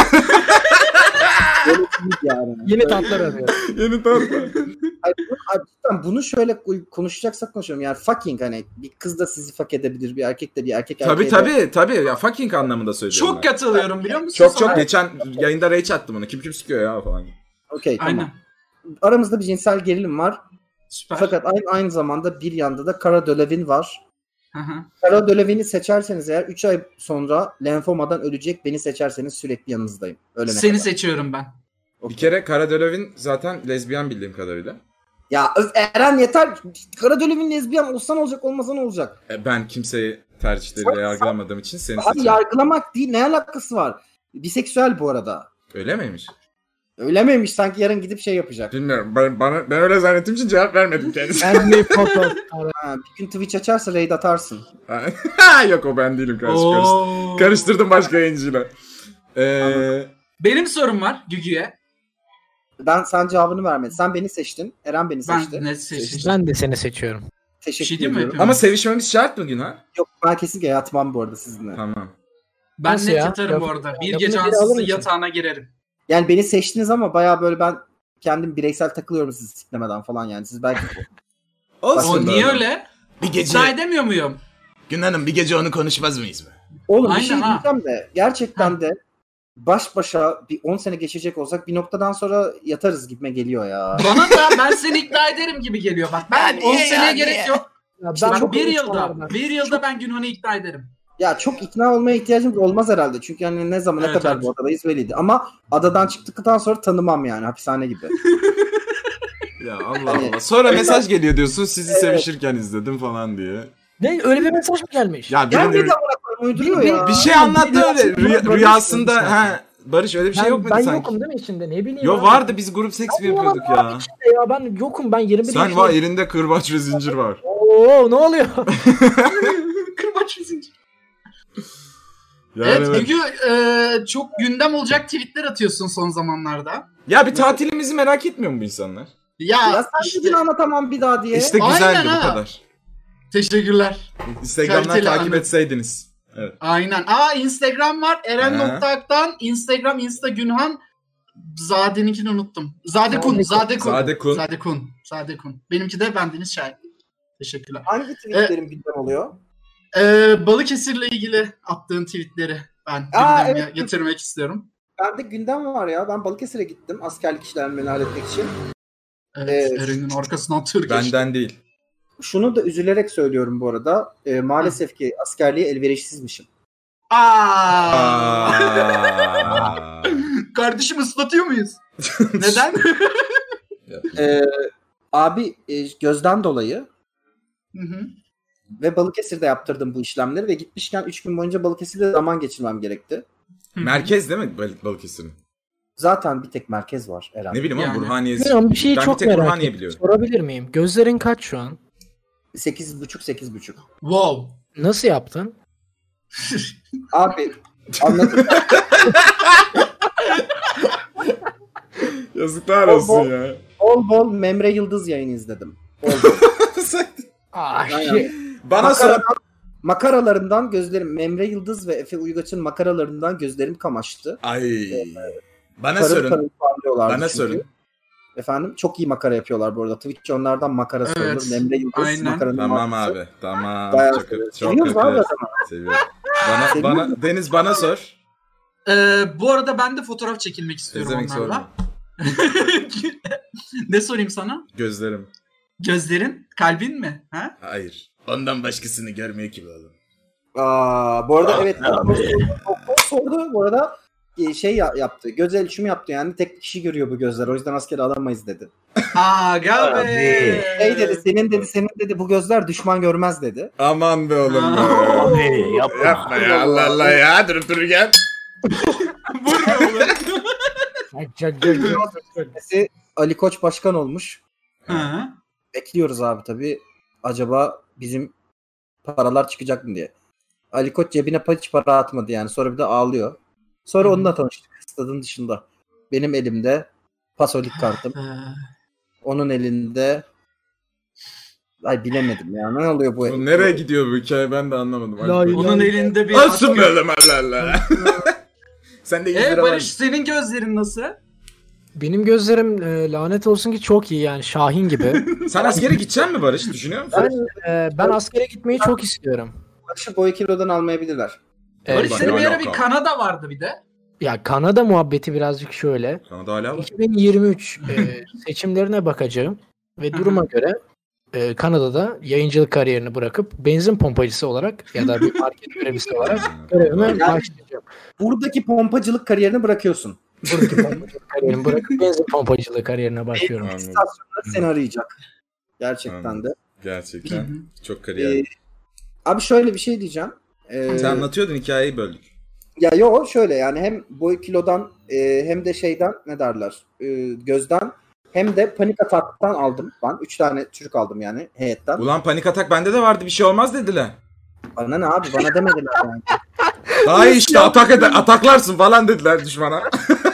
Yani. Yeni tatlar arıyor. Yeni tatlar. Cidden bunu şöyle konuşacaksak konuşalım. Yani fucking hani bir kız da sizi fuck edebilir. Bir erkek de bir erkek Tabii. Ya fucking anlamında söylüyorum. Çok katılıyorum biliyor musun? Çok. Geçen yayında rage attım onu. Kim sıkıyor ya falan. Okey tamam. Aynen. Aramızda bir cinsel gerilim var. Süper. Fakat aynı zamanda bir yanda da Cara Delevingne var. Hı. Cara Delevingne'i seçerseniz eğer 3 ay sonra lenfomadan ölecek. Beni seçerseniz sürekli yanınızdayım. Ölene Seni kadar. seçiyorum ben. Bir kere Cara Delevingne zaten lezbiyen bildiğim kadarıyla. Ya Eren yeter. Cara Delevingne lezbiyen olsan olacak olmasan olacak. Ben kimseyi tercihleriyle yargılamadığım için seni Abi seçerim. yargılamak değil, ne alakası var? Biseksüel bu arada. Öyle miymiş? Öyle miymiş? Sanki yarın gidip şey yapacak. Bilmiyorum. Ben öyle zannettiğim için cevap vermedim kendisine. Ben bir foto. Bir gün Twitch açarsa raid atarsın. Yok o ben değilim kardeşim. Karıştırdım başka yayıncıyla. Benim sorum var Gügü'ye. Sen cevabını vermedin. Sen beni seçtin. Eren beni seçti. Ben net seçtim. Ben de seni seçiyorum. Teşekkür Şey değil mi? ediyorum. Ama sevişmemiz şart mı Günhan? Yok ben kesinlikle yatmam bu arada sizinle. Tamam. Ben Nasıl net ya? yatarım bu arada. Bir Lafını gece geri alır ansızın mısın? yatağına girerim. Yani beni seçtiniz ama baya böyle ben kendim bireysel takılıyorum sizi siklemeden falan yani. Siz belki... Olsun. O niye öyle? Bir gece... İkna edemiyor muyum? Günhan'ım bir gece onu konuşmaz mıyız mı? Oğlum Aynen bir şey ha. diyeceğim de gerçekten de baş başa bir 10 sene geçecek olsak bir noktadan sonra yatarız gibime geliyor ya. Bana da ben seni ikna ederim gibi geliyor. Bak ben 10 seneye gerek yok. Ya İşte ben çok Bir yılda ben Günhan'ı ikna ederim. Ya çok ikna olmaya ihtiyacımız olmaz herhalde. Çünkü hani ne zaman ne Evet, kadar evet. bu adadayız belliydi. Ama adadan çıktıktan sonra tanımam yani hapishane gibi. Ya Allah Allah. Sonra mesaj geliyor diyorsun sizi sevişirken izledim falan diye. Ne öyle bir mesaj mı gelmiş? Ya Gel birinin bir de bana uyduruyor ya. bir şey anlattı öyle. Rüyasında Barış Barış öyle bir şey yok muydu ben sanki? yokum değil mi içinde? Ne bileyim. Yo abi. vardı biz grup seks Ben yapıyorduk olamam ya. abi içinde ya. Ben yokum. Ben 21 Sen var elinde kırbaç ve zincir var. Oo ne oluyor? Kırbaç zincir. Yani Evet Gügü çok gündem olacak tweetler atıyorsun son zamanlarda. Ya bir tatilimizi merak etmiyor mu bu insanlar? Ya sen işte, işte anlatamam bir daha diye. İşte Aynen güzeldi bu ha. kadar. Teşekkürler. Instagram'dan Kaliteli takip anlat. etseydiniz. Evet. Aynen. Instagram var. Eren.aktan. Instagram Insta Günhan. Zade'ninkini unuttum. Zadekun. Benimki de bendeniz şahit. Teşekkürler. Hangi tweetlerin gündem oluyor? Balıkesir'le ilgili attığın tweetleri ben gündeme getirmek istiyorum. Bende gündem var ya. Ben Balıkesir'e gittim askerlik işlemlerini halletmek için. Evet. Eren'in arkasından tır geçti. Benden değil. Şunu da üzülerek söylüyorum bu arada. Maalesef ki askerliğe elverişsizmişim. Kardeşim ıslatıyor muyuz? Neden? Abi gözden dolayı Hı. ve Balıkesir'de yaptırdım bu işlemleri ve gitmişken 3 gün boyunca Balıkesir'de zaman geçirmem gerekti. Merkez değil mi Balıkesir'in? Zaten bir tek merkez var Eren. Ne bileyim ama Yani. Burhaniye. Bilmiyorum, bir şeyi Ben çok bir tek merak Burhaniye ettim. biliyorum. Sorabilir miyim? Gözlerin kaç şu an? 8,5. Wow. Nasıl yaptın? Abi anladım. Yazıklar olsun ya. Bol bol Memre Yıldız yayını izledim. Bol bol. Aynen. Bana sor. Makaralarından gözlerim, Memre Yıldız ve Efe Uygaç'ın makaralarından gözlerim kamaştı. Ay. Bana Karın sorun. karın parlıyorlardı Bana çünkü. sorun. Efendim çok iyi makara yapıyorlar bu arada. Twitch onlardan makara Evet, sorulur. Memre Yıldız aynen. makaranın Tamam markası. abi. Tamam. Bayağı Çok kötü. Çok seviyoruz abi kötü. adamı. Seviyorum. Deniz bana sor. Bu arada ben de fotoğraf çekilmek istiyorum onlarla. Ne sorayım sana? Gözlerim. Gözlerin, kalbin mi? Ha? Hayır. Ondan başkasını görmüyor ki bu adam. Bu arada evet. Doktor sordu. Bu arada yaptı. Göz ölçümü yaptı. Yani tek kişi görüyor bu gözler. O yüzden askere alamayız dedi. Gel be. Dedi senin dedi bu gözler düşman görmez dedi. Aman be oğlum be. Yapma ya Allah Allah ya. Durup dururken. Ali Koç başkan olmuş. Hı. Bekliyoruz abi tabii. Acaba bizim paralar çıkacak mı diye. Ali Koç cebine hiç para atmadı yani. Sonra bir de ağlıyor. Sonra onunla tanıştık. Stadın dışında. Benim elimde pasolik kartım. Onun elinde bilemedim ya. Ne oluyor bu? Nereye gidiyor bu hikaye ben de anlamadım. Onun elinde bir... Olsun böyle Allah. Sen de 100 lira Barış senin gözlerin nasıl? Benim gözlerim lanet olsun ki çok iyi yani Şahin gibi. Sen askere gideceksin mi Barış? Düşünüyor musun? Ben askere gitmeyi çok istiyorum. Barış'ı boy kilodan almayabilirler. Barış senin bir ara bir Kanada vardı bir de. Ya Kanada muhabbeti birazcık şöyle. Kanada hala var. 2023 seçimlerine bakacağım ve duruma göre Kanada'da yayıncılık kariyerini bırakıp benzin pompacısı olarak ya da bir market görevlisi olarak görevime başlayacağım. Buradaki pompacılık kariyerini bırakıyorsun. Buradaki pompacılık kariyerini bırakıp benzin pompacılığı kariyerine başlıyorum. İstasyonlar seni arayacak. Gerçekten de. Gerçekten. Çok kariyer. Abi şöyle bir şey diyeceğim. Sen anlatıyordun hikayeyi böldük. Ya şöyle yani hem boy kilodan hem de şeyden ne derler gözden hem de panik ataktan aldım ben. 3 tane çocuk aldım yani heyetten. Ulan panik atak bende de vardı bir şey olmaz dediler. Bana ne abi bana demediler yani. Daha iyi işte ataklarsın falan dediler düşmana.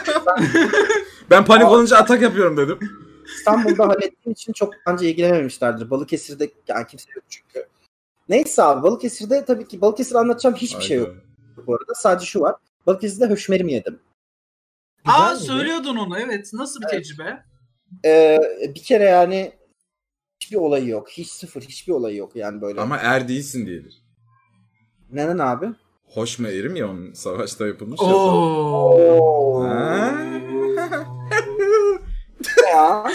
Ben panik olunca atak yapıyorum dedim. İstanbul'da hallettiğim için çok bence ilgilenememişlerdir. Balıkesir'de yani kimse yok çünkü. Neyse abi Balıkesir'de tabii ki Balıkesir anlatacağım hiçbir şey yok. Bu arada sadece şu var. Balıkesir'de höşmerim yedim. Söylüyordun onu evet. Nasıl bir tecrübe? Bir kere yani hiçbir olayı yok. Hiçbir olayı yok yani böyle. Ama değilsin diyedir. Neden abi? Hoşma erim ya onun savaşta yapılmış ya.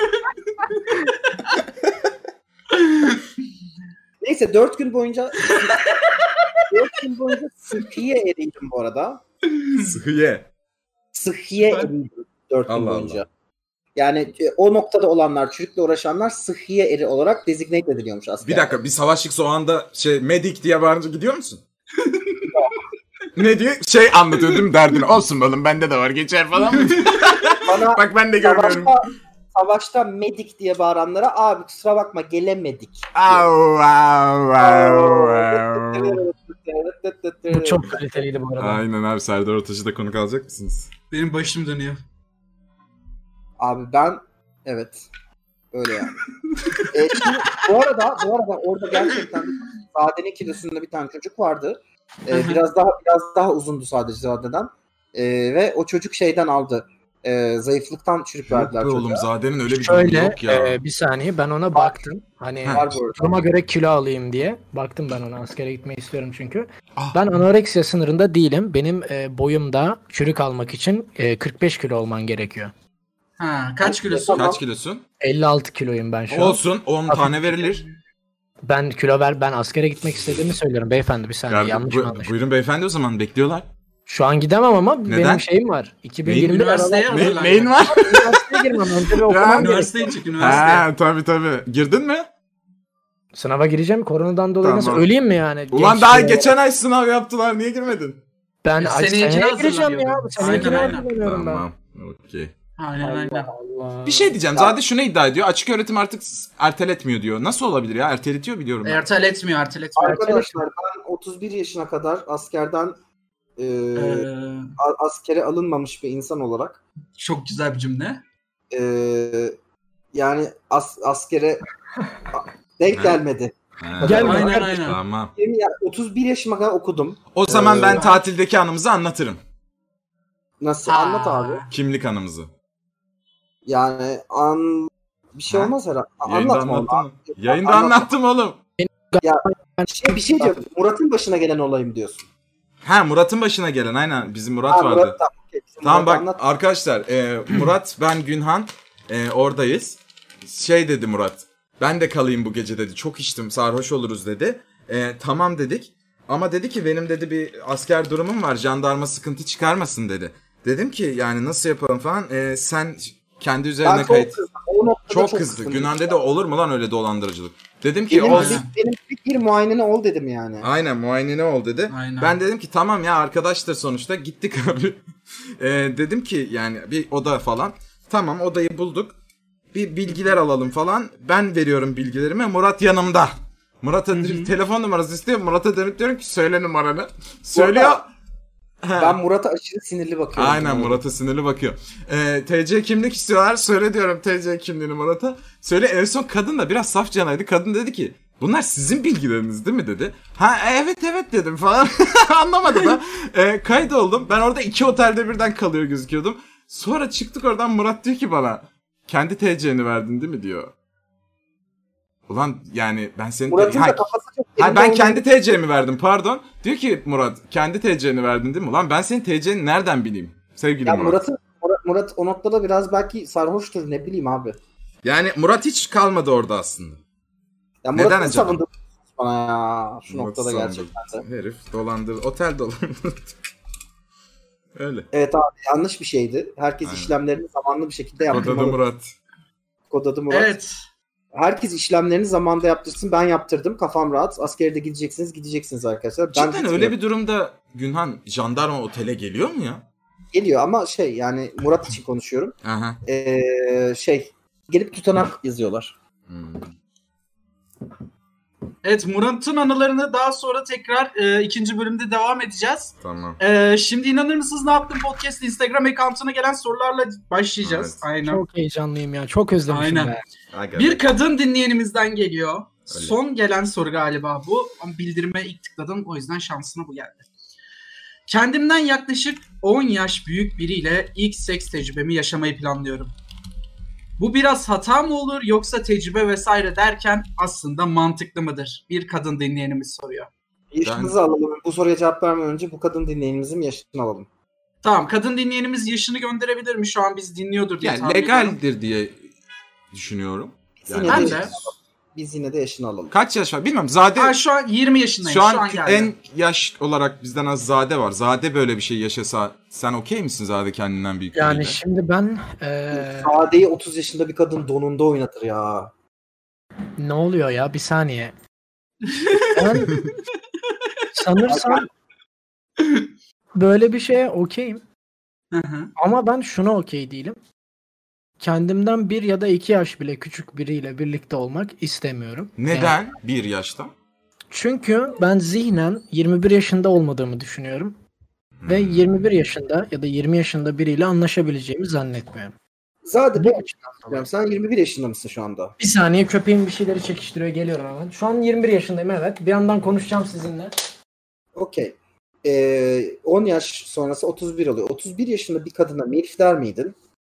Neyse 4 gün boyunca sıhhiye eriydim bu arada. Sıhhiye eriydim 4 gün boyunca. Allah. Yani o noktada olanlar, çocukla uğraşanlar sıhhiye eri olarak designate ediliyormuş aslında. Bir dakika bir savaşlıksa o anda medik diye bağırınca gidiyor musun? Ne diyor? Anlatıyor değil mi derdini? Olsun oğlum bende de var geçer falan mı? Bak ben de görmüyorum. Savaşta medik diye bağıranlara abi kusura bakma gelemedik. Bu çok kaliteliydi bu arada. Aynen abi Serdar Ortaç'ı da konuk alacak mısınız? Benim başım dönüyor. Abi ben evet öyle yani. Şimdi, bu arada orada gerçekten Zade'nin kilosunda bir tane çocuk vardı. Biraz daha uzundu sadece Zade'den. Ve o çocuk şeyden aldı. Zayıflıktan çürük verdiler çocuğa. Oğlum Zade'nin öyle bir durumu yok ya. Bir saniye ben ona baktım. Hani duruma göre kilo alayım diye. Baktım ben ona askere gitmeyi istiyorum çünkü. Ben anoreksiya sınırında değilim. Benim boyumda çürük almak için 45 kilo olman gerekiyor. Kaç kilosun? Kaç kilosun? 56 kiloyum ben şu an. Olsun 10 tane verilir. Ben askere gitmek istediğimi söylüyorum beyefendi bir saniye yanlış mı anlaşıldı? Buyurun beyefendi o zaman bekliyorlar. Şu an gidemem ama neden? Benim şeyim var. 2020 üniversiteye neyin var? Üniversiteye girmem. Önce bir okumam üniversiteye çık üniversiteye. Tabii. Girdin mi? Sınava gireceğim. Koronadan dolayı nasıl öleyim mi yani? Ulan daha geçen ay sınav yaptılar. Niye girmedin? Ben seneye gireceğim ya. Seneye hazırlanıyorum ben. Tamam. Okey. Aynen. Bir şey diyeceğim. Zaten şunu iddia ediyor. Açık öğretim artık erteletmiyor diyor. Nasıl olabilir ya? Erteletiyor biliyorum. Erteletmiyor. Arkadaşlar ben 31 yaşına kadar askerden askere alınmamış bir insan olarak. Çok güzel bir cümle. Yani askere denk gelmedi. Aynen. Tamam. 31 yaşıma kadar okudum. O zaman ben tatildeki anımızı anlatırım. Nasıl? Anlat abi. Kimlik anımızı. Yani bir şey olmaz herhalde. Anlatma. Yayında anlattım oğlum. Ya bir şey diyorum. Murat'ın başına gelen olayım diyorsun. Ha, Murat'ın başına gelen, aynen, bizim Murat vardı. Murat, tamam bak anlat. arkadaşlar, Murat, ben, Günhan oradayız. Şey dedi Murat, ben de kalayım bu gece dedi, çok içtim, sarhoş oluruz dedi. Tamam dedik ama dedi ki benim dedi bir asker durumum var, jandarma sıkıntı çıkarmasın dedi. Dedim ki yani nasıl yapalım falan, sen kendi üzerine kayıt. Çok kızdı. Günhan dedi olur mu lan öyle dolandırıcılık. Dedim ki benim bir muayenene ol dedim yani. Aynen, muayenene ol dedi. Aynen. Ben dedim ki tamam ya, arkadaşlar sonuçta, gittik abi. Dedim ki yani bir oda falan. Tamam, odayı bulduk. Bir bilgiler alalım falan. Ben veriyorum bilgilerimi. Murat yanımda. Murat'a telefon numarası istiyor. Murat'a dönüp diyorum ki söyle numaranı. Söylüyor. Ben Murat'a aşırı sinirli bakıyorum. Aynen, Murat'a sinirli bakıyor. TC kimlik istiyorlar. Söyle diyorum TC kimliğini Murat'a. Söyle, en son kadın da biraz saf canaydı. Kadın dedi ki bunlar sizin bilgileriniz değil mi dedi. Ha evet dedim falan. Anlamadı da. Kaydoldum. Ben orada 2 otelde birden kalıyor gözüküyordum. Sonra çıktık oradan, Murat diyor ki bana kendi TC'ni verdin değil mi diyor. Ulan yani ben senin... Murat'ın da kafası çok... ben kendi TC'mi verdim, pardon. Diyor ki Murat kendi TC'ni verdin değil mi? Ulan ben senin TC'ni nereden bileyim sevgili ya Murat? Murat o noktada biraz belki sarhoştur, ne bileyim abi. Yani Murat hiç kalmadı orada aslında. Ya neden Murat'ın acaba? savundu bana ya şu Murat noktada sandı. gerçekten de. Herif dolandır, otel dolandırdı. Öyle. Evet abi, yanlış bir şeydi. Herkes Aynen. işlemlerini zamanlı bir şekilde yaptırmalı. Kod adı Murat. Evet. Herkes işlemlerini zamanında yaptırsın. Ben yaptırdım. Kafam rahat. Askere de gideceksiniz arkadaşlar. Cidden öyle bir durumda Günhan, jandarma otele geliyor mu ya? Geliyor ama yani Murat için konuşuyorum. Aha. Gelip tutanak yazıyorlar. Evet, Murat'ın anılarını daha sonra tekrar 2. bölümde devam edeceğiz. Tamam. Şimdi inanır mısınız ne yaptım podcast Instagram account'una gelen sorularla başlayacağız. Evet. Aynen. Çok heyecanlıyım ya. Çok özlemişim Aynen. be. Bir kadın dinleyenimizden geliyor. Öyle. Son gelen soru galiba bu. Ama bildirime ilk tıkladım. O yüzden şansına bu geldi. Kendimden yaklaşık 10 yaş büyük biriyle ilk seks tecrübemi yaşamayı planlıyorum. Bu biraz hata mı olur yoksa tecrübe vesaire derken aslında mantıklı mıdır? Bir kadın dinleyenimiz soruyor. Yaşımızı alalım. Bu soruya cevap vermeden önce bu kadın dinleyenimizin yaşını alalım. Tamam, kadın dinleyenimiz yaşını gönderebilir mi? Şu an biz dinliyordur diye yani legaldir diye düşünüyorum. Biz yine de yaşını alalım. Kaç yaş var bilmiyorum. Zade şu an 20 yaşındayım. Şu an en yaş olarak bizden az Zade var. Zade böyle bir şey yaşasa sen okey misin Zade kendinden büyük biriyle? Yani şimdi ben... Zade'yi 30 yaşında bir kadın donunda oynatır ya. Ne oluyor ya? Bir saniye. Ben sanırsam böyle bir şeye okeyim. Ama ben şuna okey değilim. Kendimden 1 ya da 2 yaş bile küçük biriyle birlikte olmak istemiyorum. Neden? Yani, 1 yaşta? Çünkü ben zihnen 21 yaşında olmadığımı düşünüyorum. Ve 21 yaşında ya da 20 yaşında biriyle anlaşabileceğimi zannetmiyorum. Zaten sen 21 yaşında mısın şu anda? Bir saniye, köpeğim bir şeyleri çekiştiriyor, geliyorum hemen. Şu an 21 yaşındayım, evet. Bir yandan konuşacağım sizinle. Okey. 10 yaş sonrası 31 oluyor. 31 yaşında bir kadına milf der miydin?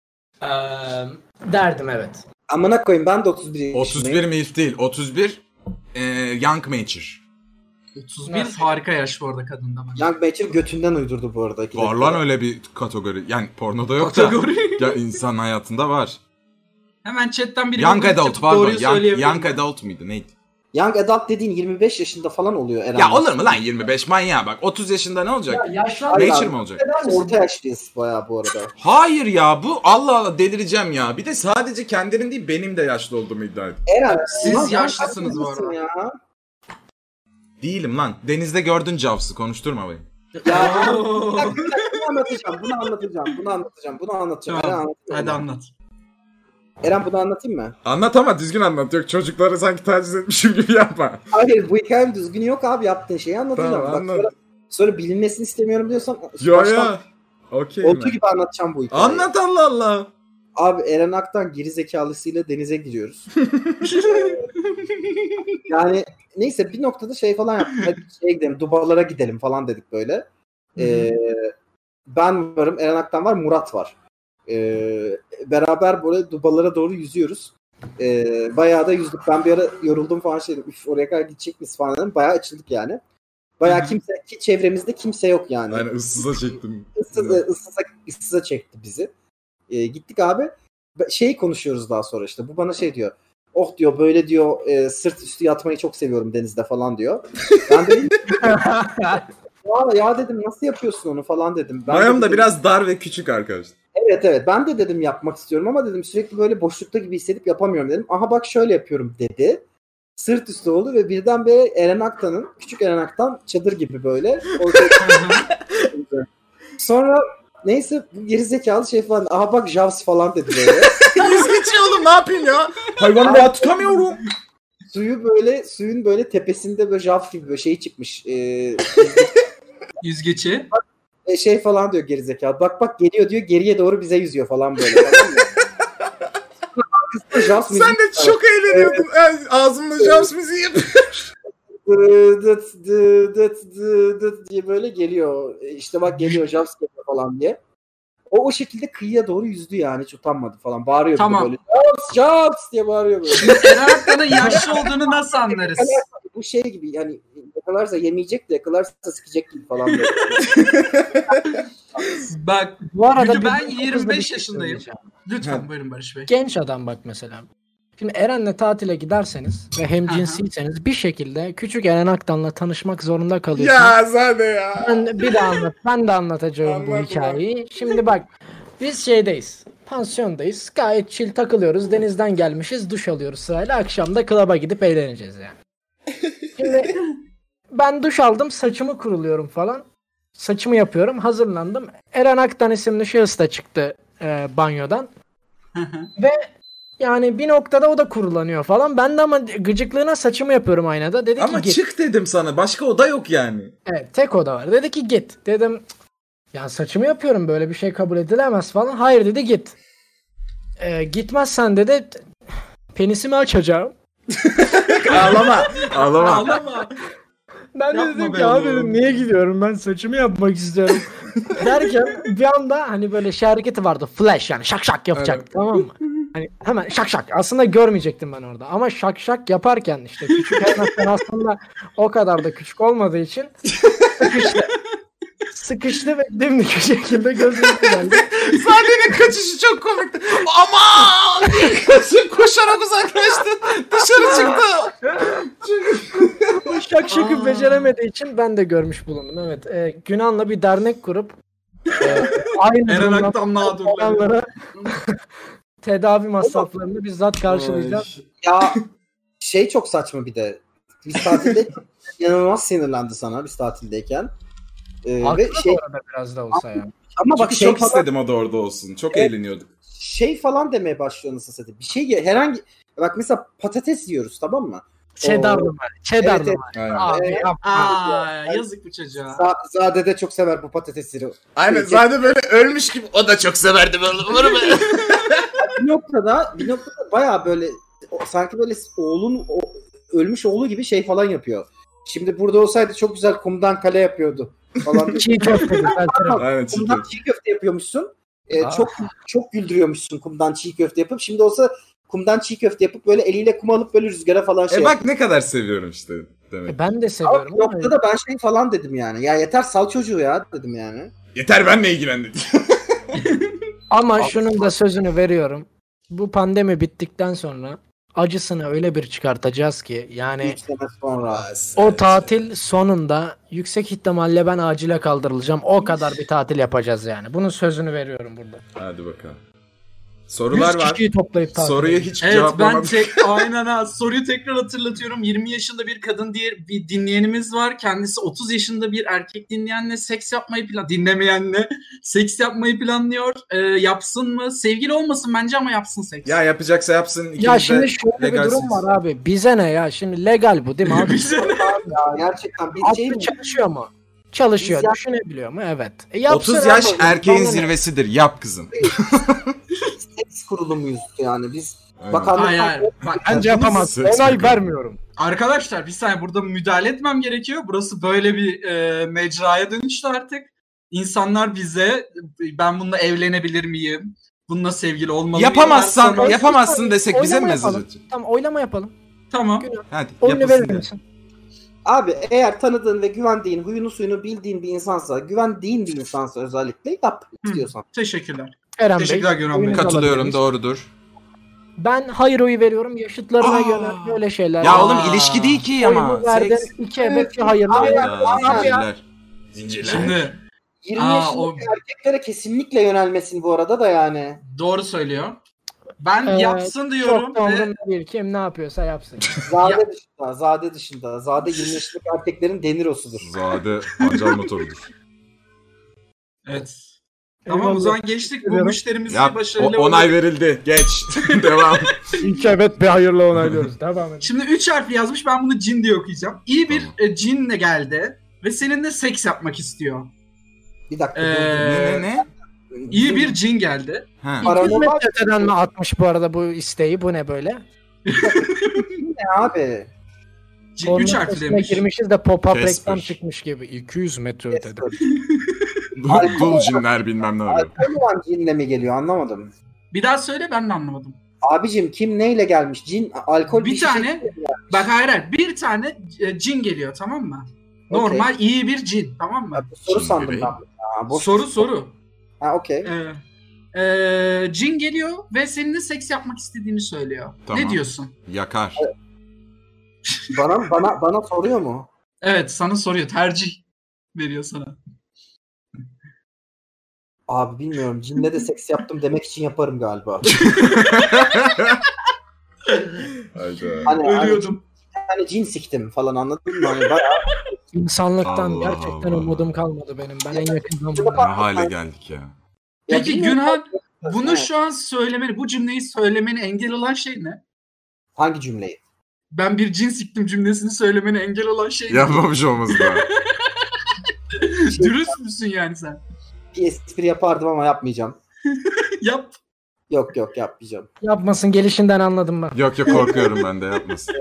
Derdim, evet. Amına koyayım, ben de 31 yaşındayım. 31 milf değil. 31 young mature. 31 harika yaş bu arada kadında. Young mature götünden uydurdu bu arada. Var lan öyle bir kategori. Yani pornoda yok kategori. Da. Ya insan hayatında var. Hemen chatten biri young adult pardon. Young adult mıydı neydi? Young adult dediğin 25 yaşında falan oluyor Eren. Ya olur mu lan 25 manyağa bak. 30 yaşında ne olacak? Nature mi olacak? Orta yaşlıyız bayağı bu arada. Hayır ya, bu Allah Allah, delireceğim ya. Bir de sadece kendinin değil benim de yaşlı olduğumu iddia ediyor. Eren siz yaşlısınız bu arada. Ya. Değilim lan. Denizde gördün Jaws'ı, konuşturma beni. Ya bunu anlatacağım. Tamam. Hadi anlat. Eren, bunu anlatayım mı? Anlat ama düzgün anlat. Yok çocukları sanki taciz etmişim gibi yapma. Hayır, bu hikayenin düzgünü yok abi, yaptığın şeyi anlatacağım. Tamam, bak, sonra bilinmesini istemiyorum diyorsan yo. Okey. Olduğu gibi anlatacağım bu hikayeyi. Anlat Allah Allah. Abi Eren Aktan gerizekalısıyla denize giriyoruz. Yani neyse bir noktada şey falan yaptık. Hadi gidelim, Dubalara gidelim falan dedik böyle. Ben varım, Eren Aktan var, Murat var. Beraber böyle Dubalara doğru yüzüyoruz. Bayağı da yüzdük. Ben bir ara yoruldum falan, oraya kadar gidecek miyiz falan dedim. Bayağı açıldık yani. Bayağı kimse, ki çevremizde kimse yok yani. Yani ıssıza çektim. Issıza çekti bizi. Gittik abi. Şey konuşuyoruz daha sonra işte. Bu bana şey diyor. Oh diyor böyle diyor sırt üstü yatmayı çok seviyorum denizde falan diyor. Ben dedim ya dedim nasıl yapıyorsun onu falan dedim. Mayom da biraz dar ve küçük arkadaşlar. Evet ben de dedim yapmak istiyorum ama dedim sürekli böyle boşlukta gibi hissedip yapamıyorum dedim. Aha bak şöyle yapıyorum dedi. Sırt üstü oldu ve birdenbire Eren Aktan'ın, küçük Eren Aktan çadır gibi böyle. Sonra neyse bu gerizekalı şey falan. Aha bak Jaws falan dedi böyle. Yüz geçiyor oğlum ne yapayım ya? Hayvanı daha tutamıyorum. Suyun böyle tepesinde böyle Jaws gibi böyle şey çıkmış. Yüzgeci. Şey falan diyor gerizekalı. Bak geliyor diyor geriye doğru bize yüzüyor falan böyle. Tamam mı? Sen de çok eğleniyordun. Ağzımda Jaws müziği yapıyor. diye böyle geliyor. İşte bak geliyor Jaws geliyor falan diye. O şekilde kıyıya doğru yüzdü yani hiç utanmadı falan. Bağırıyor tamam. böyle. Jaws diye bağırıyor böyle. Eren Aktan'ın yaşlı olduğunu nasıl anlarız? Bu şey gibi yani yakalarsa yemeyecek de yakalarsa sıkacak gibi falan böyle. Bak bu arada ben 25 yaşındayım. Lütfen buyurun Barış Bey. Genç adam bak mesela. Şimdi Eren'le tatile giderseniz ve hemcinsiyseniz bir şekilde küçük Eren Aktan'la tanışmak zorunda kalıyorsunuz. Ya zaten ya. Ben de anlatacağım bu hikayeyi. Şimdi bak biz şeydeyiz. Pansiyondayız. Gayet chill takılıyoruz. Denizden gelmişiz. Duş alıyoruz sırayla. Akşam da klaba gidip eğleneceğiz yani. Şimdi ben duş aldım. Saçımı kuruluyorum falan. Saçımı yapıyorum. Hazırlandım. Eren Aktan isimli şahıs da çıktı banyodan. Ve yani bir noktada o da kurulanıyor falan. Ben de ama gıcıklığına saçımı yapıyorum aynada. Dedi ama ki git. çık dedim sana. Başka oda yok yani. Evet tek oda var. Dedi ki git. Dedim ya saçımı yapıyorum böyle bir şey kabul edilemez falan. Hayır dedi git. Gitmezsen dedi penisimi açacağım. Ağlama. Ben de Yapma dedim be ki abi oğlum. dedim niye gidiyorum ben saçımı yapmak istiyorum. Derken bir anda hani böyle şey hareketi vardı flash yani şak şak yapacak evet. tamam mı? Hani hemen şak şak aslında görmeyecektim ben orada ama şak şak yaparken işte küçük Eren aslında o kadar da küçük olmadığı için sıkıştı ve dimdik bir şekilde gözüme geldi. Sahnenin kaçışı çok komikti. Aman! Koşarak uzaklaştı. Dışarı çıktı. Şak şakı beceremediği için ben de görmüş bulundum. Evet. Günan'la bir dernek kurup aynı Eren durumdan Aktan mağdurları. olanlara tedavi masraflarını bizzat karşılayacağız. Ya şey çok saçma bir de. Biz tatilde inanılmaz sinirlendi sana biz tatildeyken. Haklı Ve şey bu arada biraz da olsa ya. ama bak Çünkü şey çok falan, istedim o da orada olsun. Çok eğleniyorduk. şey falan demeye başlıyor nasıl satayım. Bir şey herhangi bak mesela patates yiyoruz tamam mı? Cheddar'lı var. Cheddar'lı Evet, var. Aynen. Abi yapma. Aa, yazık bu çocuğa. Zade de çok sever bu patatesleri. Aynen zaten böyle ölmüş gibi. O da çok severdi böyle. bir noktada bayağı böyle sanki böyle ölmüş oğlu gibi şey falan yapıyor. Şimdi burada olsaydı çok güzel kumdan kale yapıyordu falan. Çiğ köfte Aynen Kumdan çiğ köfte yapıyormuşsun. Çok güldürüyormuşsun kumdan çiğ köfte yapıp. Şimdi olsa kumdan çiğ köfte yapıp böyle eliyle kum alıp böyle rüzgara falan şey. bak ne kadar seviyorum işte demek. Ben de seviyorum. Ama bir noktada ben şey falan dedim yani. Ya yeter sal çocuğu ya dedim yani. Yeter benle ilgilen. Ama şunun da sözünü veriyorum. Bu pandemi bittikten sonra acısını öyle bir çıkartacağız ki yani 3 sene sonra. o tatil sonunda yüksek ihtimalle ben acile kaldırılacağım. O kadar bir tatil yapacağız yani. Bunun sözünü veriyorum burada. Hadi bakalım. Sorular 100 var. kişiyi toplayıp tatil Soruya edeceğiz. hiç Evet cevaplamadım. aynen ha. Soruyu tekrar hatırlatıyorum. 20 yaşında bir kadın diye bir dinleyenimiz var. Kendisi 30 yaşında bir erkek dinleyenle seks yapmayı dinlemeyenle seks yapmayı planlıyor. Yapsın mı? Sevgili olmasın bence ama yapsın seks. Ya yapacaksa yapsın. İkimiz Ya de şimdi şöyle bir legal durum seks. var abi. Bize ne ya? Şimdi legal bu değil mi abi? Bize ne? Ya gerçekten bir şey Aklı mi? çalışıyor mu? Çalışıyor. Biz ya- Düşünebiliyor mu? Evet. 30 yaş abi. erkeğin Bana ne? zirvesidir. Yap kızım. Seks kurulumuyuz yani biz. Aynen. Bakanlık Hayır. Bak, Bence yapamaz. Seks Onay kurulu. vermiyorum. arkadaşlar bir saniye burada müdahale etmem gerekiyor. Burası böyle bir mecraya dönüştü artık. İnsanlar bize ben bununla evlenebilir miyim? Bununla sevgili olmalı mıyım? Yapamazsan, Sonra- yapamazsın desek bize mi Oylama mesaj yapalım. atacak? Tamam oylama yapalım. Tamam. Günah. Hadi Oyunu yapılsın verir de. misin? Abi eğer tanıdığın ve güvendiğin, huyunu suyunu bildiğin bir insansa, güvendiğin bir insansa özellikle yap istiyorsan. Teşekkürler. Eren Teşekkürler Göran Bey. oyunu Katılıyorum, alabiliriz. doğrudur. Ben hayır oyu veriyorum. Yaşıtlarına göre böyle şeyler. Ya var. oğlum ilişki değil ki ama. Oyumu verdim. Seks. 2 evet bir hayır. Zincirler. Şimdi 20 yaşındaki erkeklere kesinlikle yönelmesin bu arada da yani. doğru söylüyor. Ben yapsın diyorum. Çok da umurumda değil. Kim ne yapıyorsa yapsın. Zade dışında. Zade 20 yaşındaki erkeklerin denirosudur. Zade pancar motorudur. Evet. Tamam o zaman geçtik. Bu müşterimizi Yap, başarılı onay verildi. Geç. Devam. İlk evet bir hayırla onaylıyoruz. Devam edelim. Şimdi 3 harfli yazmış. Ben bunu cin diye okuyacağım. İyi bir cinle geldi ve seninle seks yapmak istiyor. Bir dakika. Ne? İyi bir cin geldi. Ha. Paranormal Öteden mi atmış bu arada bu isteği? Bu ne böyle? ne abi? 3 harfli demiş. Girmişiz de pop-up Casper. reklam çıkmış gibi. 200 metre ötede. Dul cinler bilmem ne oluyor. Alkol olan cinle mi geliyor anlamadım. Bir daha söyle ben de anlamadım. Abicim kim neyle gelmiş? Cin, alkol Bir şey tane bak hayır bir tane cin geliyor tamam mı? Normal iyi bir cin tamam mı? Soru Cin sandım bebeğim. ben. Boş Soru. Ha okey. Cin geliyor ve seninle seks yapmak istediğini söylüyor. Tamam. Ne diyorsun? Yakar. Bana soruyor mu? Evet sana soruyor. Tercih veriyor sana. Abi bilmiyorum. Cinle de seks yaptım demek için yaparım galiba. Hani Ölüyordum. hani cin siktim falan anladın mı? Hani bayağı İnsanlıktan Allah gerçekten Allah. umudum kalmadı benim. Ben en yakın Ne zamanda. hale geldik ya. Peki bilmiyorum. Günhan bunu Evet. şu an söylemeni, bu cümleyi söylemeni engel olan şey ne? Hangi cümleyi? Ben bir cin siktim cümlesini söylemeni engel olan şey ne? Yapmamış olması da. Dürüst müsün yani sen? Bir espri yapardım ama yapmayacağım. Yap. Yok yapmayacağım. Yapmasın gelişinden anladım ben. Yok korkuyorum ben de yapmasın.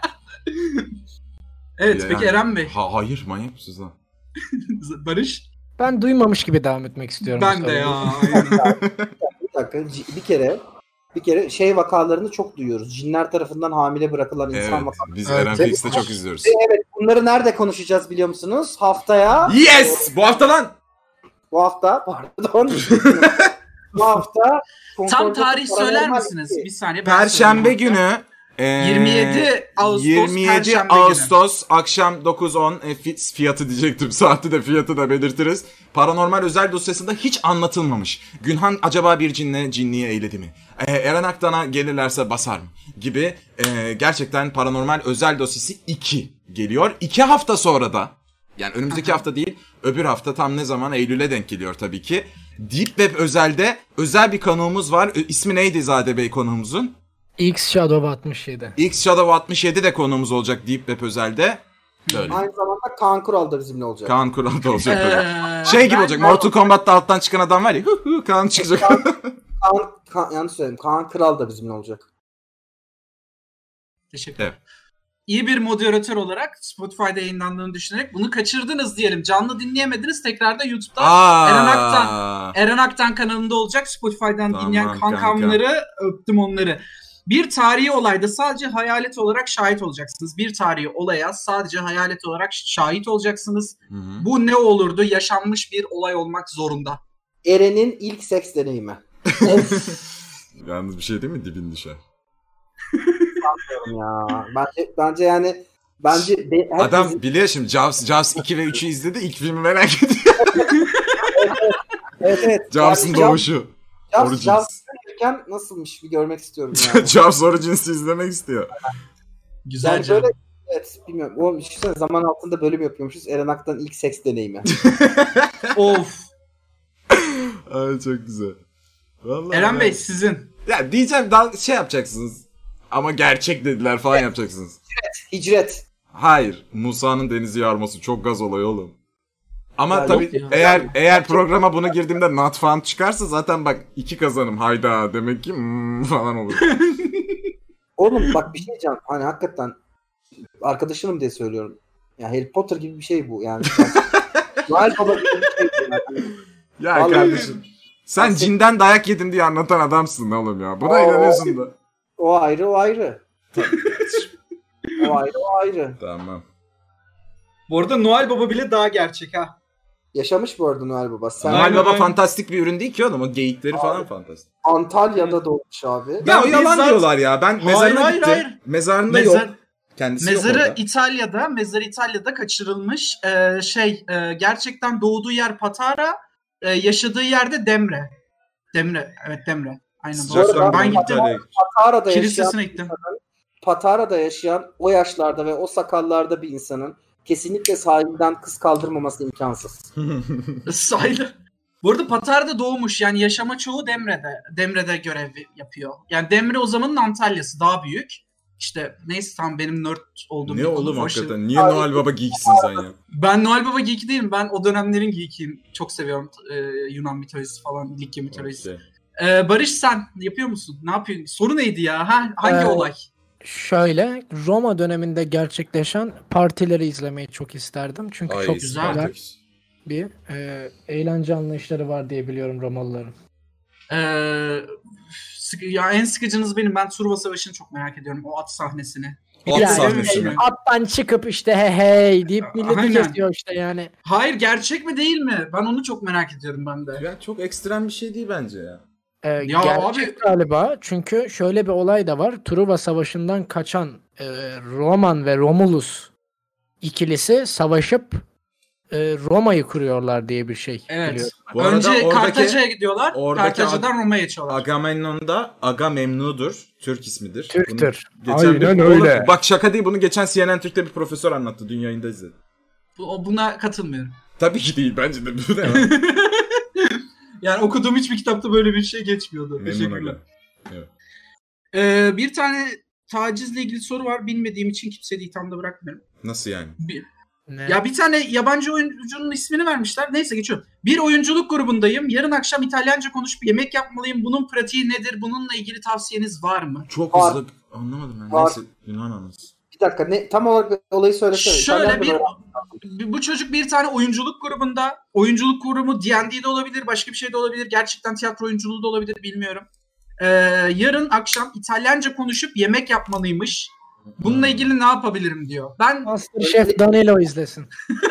Evet Yani- peki Eren Bey. Hayır manyak mısınız lan? Barış. Ben duymamış gibi devam etmek istiyorum. Ben bu de soruyu. ya. aynen. Bir dakika bir kere şey vakalarını çok duyuyoruz. Cinler tarafından hamile bırakılan insan Evet. vakaları. Biz Evet. Eren Fix'te çok izliyoruz. Evet bunları nerede konuşacağız biliyor musunuz? Haftaya. Yes! Bu hafta lan! Bu hafta pardon. Bu hafta Tam tarih söyler Paranormal misiniz? iki. Bir saniye. ben Perşembe söyleyeyim. günü 27 Ağustos 27 Perşembe Ağustos akşam 9:10 fiyatı diyecektim. Saati de fiyatı da belirtiriz. Paranormal özel dosyasında hiç anlatılmamış. Günhan acaba bir cinliği eyledi mi? Eren Aktan'a gelirlerse basar mı? Gibi gerçekten paranormal özel dosyası 2 geliyor. 2 hafta sonra da yani önümüzdeki hafta değil öbür hafta tam ne zaman Eylül'e denk geliyor tabii ki. Deep Web özel'de özel bir konuğumuz var. İsmi neydi Zade Bey konuğumuzun? X Shadow 67. X Shadow 67 de konuğumuz olacak Deep Web özel'de. Böyle. Aynı zamanda Kaan Kural da bizimle olacak. Kaan Kural da olacak. böyle. Şey gibi ben- olacak. Mortal Kombat'ta alttan çıkan adam var ya. Kaan çıkacak. Yanlış söyledim. Kaan Kral da bizimle olacak. Teşekkürler. Evet. İyi bir moderatör olarak Spotify'da yayınlandığını düşünerek bunu kaçırdınız diyelim. Canlı dinleyemediniz. Tekrar da YouTube'da Eren Aktan kanalında olacak. Spotify'dan Tamam, dinleyen kankamları öptüm onları. Bir tarihi olayda sadece hayalet olarak şahit olacaksınız. Bir tarihi olaya sadece hayalet olarak şahit olacaksınız. Hı-hı. Bu ne olurdu? Yaşanmış bir olay olmak zorunda. Eren'in ilk seks deneyimi. Yalnız bir şey değil mi? Dibin düşer. Ya bence yani herkesin- Adam biliyor şimdi Jaws 2 ve 3'ü izledi. İlk filmi merak ediyor. evet. Jaws'ın Yani doğuşu. Jaws Origins. izlerken nasılmış bir görmek istiyorum yani. Jaws Origins'i izlemek istiyor. Güzel Yani canım. böyle evet bilmiyorum. O düşünsene zaman altında bölüm yapıyormuşuz. Eren Aktan ilk seks deneyimi. Of. Ay çok güzel. Vallahi Eren Bey ben- sizin. Ya diyeceğim şey yapacaksınız. Ama gerçek dediler falan yapacaksınız. Hicret. Hayır. Musa'nın denizi yarması çok gaz olayı oğlum. Ama Ya tabii yok ya. eğer programa bunu girdiğimde not falan çıkarsa zaten bak 2 kazanım hayda demek ki falan olur. Oğlum bak bir şey diyeceğim. Hani hakikaten arkadaşınım diye söylüyorum. Ya Harry Potter gibi bir şey bu yani. Noel Baba gibi bir şey bu yani. Ya Vallahi- kardeşim sen cinden dayak yedim diye anlatan adamsın oğlum ya. Buna Oo. inanıyorsun da. O ayrı. O ayrı. O ayrı. Tamam. Bu arada Noel Baba bile daha gerçek ha. Yaşamış bu arada Noel Baba. Noel Baba fantastik bir ürün değil ki oğlum. O geyikleri falan fantastik. Antalya'da doğmuş abi. Ya o yalan diyorlar ya. Ben mezarına gittim. Hayır. Mezarında yok. Kendisi mezarı yok orada. İtalya'da kaçırılmış. Gerçekten doğduğu yer Patara, yaşadığı yerde Demre. Evet Demre. Aynen. Doğru. Ben gittim. Kilisesine gittim. Patara'da yaşayan o yaşlarda ve o sakallarda bir insanın kesinlikle sahilden kız kaldırmaması imkansız. Sahilde. Bu arada Patara'da doğmuş. Yani yaşama çoğu Demre'de görev yapıyor. Yani Demre o zamanın Antalya'sı daha büyük. İşte neyse tam benim nerd olduğum. Ne oğlum hakikaten? Niye Noel Baba geeksin sen ya? Ben Noel Baba geeki değilim. Ben o dönemlerin geekiyim. Çok seviyorum Yunan mitolojisi falan, Likya mitolojisi. Okay. Barış sen yapıyor musun? Ne yapıyorsun? Soru neydi ya? Hangi olay? Şöyle, Roma döneminde gerçekleşen partileri izlemeyi çok isterdim. Çünkü çok güzel bir eğlence anlayışları var diye biliyorum Romalıların. Ya en sıkıcınız benim. Ben Truva Savaşı'nı çok merak ediyorum. O at sahnesini. Attan çıkıp işte hey deyip milleti kesiyor işte yani. Hayır, gerçek mi değil mi? Ben onu çok merak ediyorum ben de. Ya çok ekstrem bir şey değil bence ya. Gerçek abi, galiba çünkü şöyle bir olay da var. Truva Savaşı'ndan kaçan Roman ve Romulus ikilisi savaşıp Roma'yı kuruyorlar diye bir şey. Evet. Önce Kartaca'ya gidiyorlar. Kartaca'dan Roma'ya geçiyorlar. Agamennon da Agamemnu'dur. Türk ismidir. Türktür. Aynen öyle. Bak şaka değil, bunu geçen CNN Türk'te bir profesör anlattı. Dün yayında izledim. Buna katılmıyorum. Tabii ki değil bence de. Yani okuduğum hiçbir kitapta böyle bir şey geçmiyordu. Teşekkürler. Evet. Bir tane tacizle ilgili soru var. Bilmediğim için kimseyi ithamda bırakmıyorum. Nasıl yani? Ya bir tane yabancı oyuncunun ismini vermişler. Neyse geçiyorum. Bir oyunculuk grubundayım. Yarın akşam İtalyanca konuşup yemek yapmalıyım. Bunun pratiği nedir? Bununla ilgili tavsiyeniz var mı? Çok hızlı. Anlamadım ben. Neyse. Yunan anası. Bir dakika. Tam olarak olayı söylesene. Şöyle bu çocuk bir tane oyunculuk grubunda. Oyunculuk grubu D&D'de olabilir. Başka bir şey de olabilir. Gerçekten tiyatro oyunculuğu da olabilir. Bilmiyorum. Yarın akşam İtalyanca konuşup yemek yapmalıymış. Bununla ilgili ne yapabilirim diyor. Ben MasterChef Danilo izlesin.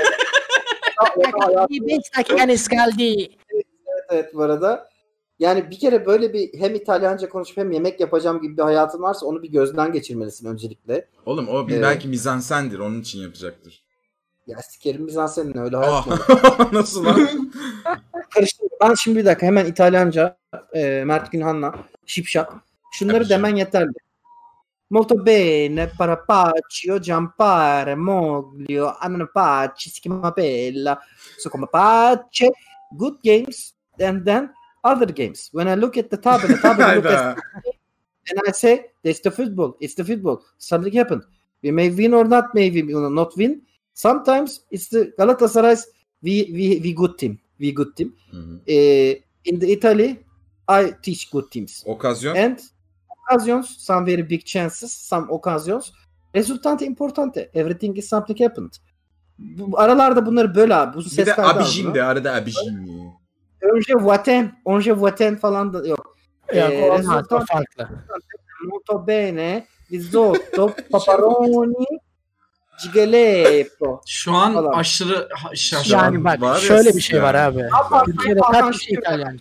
5 dakikanız kaldı. Evet bu arada. Yani bir kere böyle bir hem İtalyanca konuşup hem yemek yapacağım gibi bir hayatın varsa onu bir gözden geçirmelisin öncelikle. Oğlum o belki mizansendir, onun için yapacaktır. Ya sikerim mizansenin öyle hayat mı? Nasıl lan? Karıştırdım. Ben şimdi bir dakika hemen İtalyanca Mert Günhan'la şipşak. Şunları demen yeterli. Molto bene, parapaccio, giampare, moglio, hanno pace, si chiama bella, so come pace, good games, and then other games. When I look at the table look at and I say, that's the football, it's the football, something happened. We may win or not, maybe not win. Sometimes it's the Galatasaray's we good team. Mm-hmm. In the Italy, I teach good teams. Occasion? And occasions, some very big chances, some occasions. Resultante importante. Everything is something happened. Aralarda bunları böyle abi. Bu bir de abijim de arada abijim. Önce vaten falan da yok. Resultante farklı. Molto bene, risotto, paparoni, cigalepo. Şu an falan. Aşırı şaşırdım. Yani bak şöyle bir şey var abi. Türkiye'de kaç kişi İtalyanca?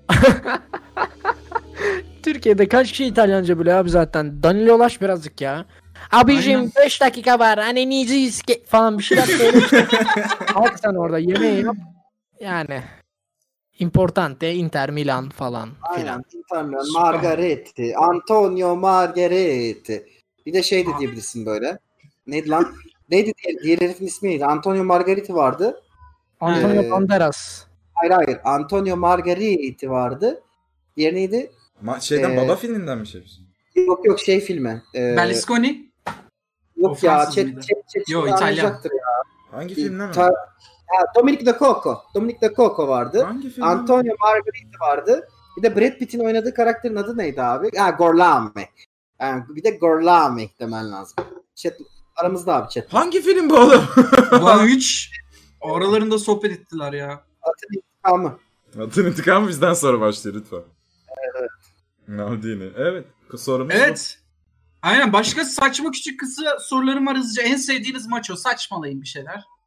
Türkiye'de kaç kişi İtalyanca biliyor abi zaten. Danilo Ulaş birazcık ya. Abicim 5 dakika var. Annenizi falan bir şeyler söyle. Kalk sen orada yemeği yap. Yani importante Inter Milan falan filan. Inter Milan, Margaretti, Antonio Margaretti. Bir de şey de diyebilirsin böyle. Neydi lan? Neydi diğer herifin ismi neydi? Antonio Margaretti vardı. Antonio Banderas. Hayır. Antonio Margaretti vardı. Diğer neydi? Baba filminden mi şey? Yok şey filmi. Berlusconi? Yok ya. Yok İtalyan. Hangi filmden mi? Dominic de Coco vardı. Hangi film? Antonio Margaretti vardı. Bir de Brad Pitt'in oynadığı karakterin adı neydi abi? Gorlame. Yani bir de Gorlame demen lazım. Aramızda abi chat. Hangi film bu oğlum? Lan hiç. Oralarında sohbet ettiler ya. Atın intikamı. Atın intikamı bizden sonra başlıyor lütfen. Evet. Naldini. Evet. Sorumuz evet. Aynen. Başka saçma küçük kısa sorularım var hızlıca. En sevdiğiniz maç o. Saçmalayın bir şeyler.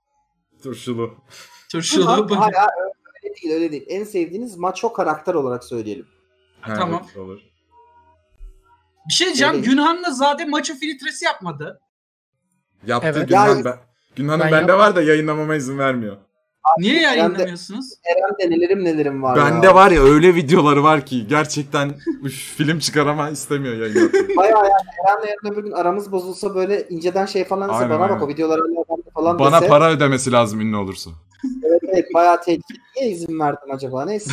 Turşulu. Hayır, öyle değil. En sevdiğiniz maço karakter olarak söyleyelim. Tamam. Evet, olur. Bir şey diyeceğim. Günhan'la Zade maço filtresi yapmadı. Yaptı Evet. Günhan'ın Ben bende var da yayınlamama izin vermiyor. Niye yayınlamıyorsunuz? Eren'de nelerim var Bende ya. var ya öyle videoları var ki gerçekten film çıkar ama istemiyor yayınlamayı. Bayağı yani Eren'le yarın öbür gün aramız bozulsa böyle inceden şey falan ise Aynen, bana aynen. bak o videolar hala bende falan Bana dese. para ödemesi lazım ünlü olursa. Evet bayağı tehlikeli. Niye izin verdim acaba? Neyse.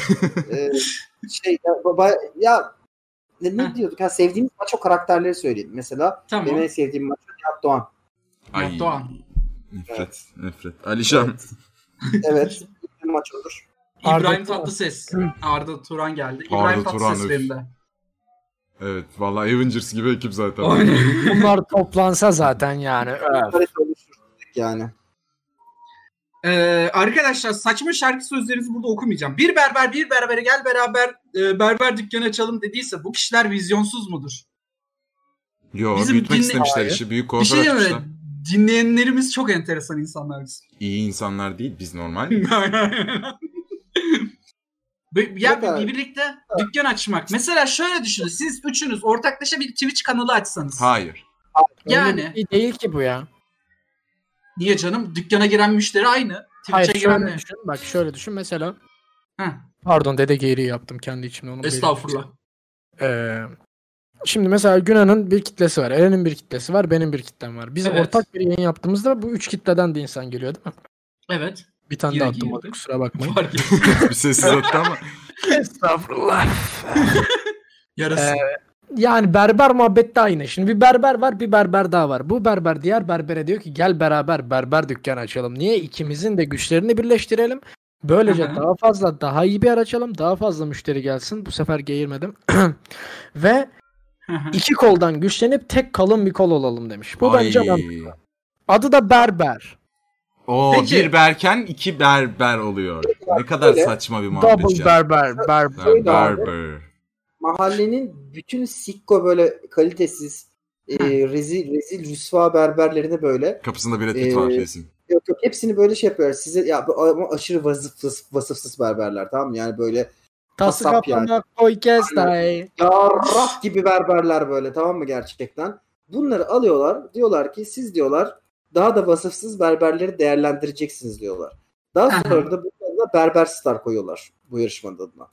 Ne diyorduk? Sevdiğimiz maço karakterleri söyleyeyim. Mesela Tamam. benim en sevdiğim maço Nihat Doğan. Nihat Doğan. Nefret. Alişan. Evet. Bir maçodur. İbrahim Tatlıses. Arda Turan geldi. İbrahim Tatlıses Turan, benim de. Evet vallahi Avengers gibi ekip zaten. Bunlar toplansa zaten yani. Yani. Arkadaşlar saçma şarkı sözlerinizi burada okumayacağım. Bir berber bir berbere gel beraber berber dükkanı açalım dediyse bu kişiler vizyonsuz mudur? Yo Bizim büyütmek dinle- istemişler Hayır. işi. Büyük Bir kuaför şey diyeyim açmışlar. mi? Dinleyenlerimiz çok enteresan insanlar biz. İyi insanlar değil biz normal. Birlikte dükkan açmak. Mesela şöyle düşünün. Siz üçünüz ortaklaşa bir Twitch kanalı açsanız. Hayır. Yani. Öyle bir şey değil ki bu ya. Niye canım? Dükkana giren müşteri aynı. Hayır Twitch'e giren şöyle ne? düşün. Bak şöyle düşün mesela. Heh, Pardon dede geğri yaptım kendi içimde. Onu estağfurullah. Şimdi mesela Günan'ın bir kitlesi var. Eren'in bir kitlesi var. Benim bir kitlem var. Biz Evet. ortak bir yayın yaptığımızda bu üç kitleden de insan geliyor değil mi? Evet. Bir tane Yine daha attım girdi. orada, kusura bakmayın. Fark ettim. Bir sessiz attı ama. Estağfurullah. Yarası. Yani berber muhabbet de aynı. Şimdi bir berber var, bir berber daha var. Bu berber diğer berbere diyor ki gel beraber berber dükkanı açalım. Niye? İkimizin de güçlerini birleştirelim. Böylece Hı hı. daha fazla, daha iyi bir yer açalım. Daha fazla müşteri gelsin. Bu sefer geğirmedim. Ve iki koldan güçlenip tek kalın bir kol olalım demiş. Bu bence mantıklı. Adı da berber. Oo Peki. bir berken iki berber oluyor. Ne kadar Öyle. saçma bir muhabbet Double ya. berber. Berber. Mahallenin bütün sikko böyle kalitesiz rezil rüsva berberlerini böyle Kapısında bir Pitt var kesin. yok hepsini böyle şey yapıyor. Size ya ama aşırı vasıfsız berberler, tamam mı? Yani böyle Tası kasap kapamak koy kes dayı. yarrak gibi berberler böyle, tamam mı gerçekten? Bunları alıyorlar, diyorlar ki siz diyorlar daha da vasıfsız berberleri değerlendireceksiniz diyorlar. Daha sonra da bunlarla berber star koyuyorlar bu yarışmanın adına.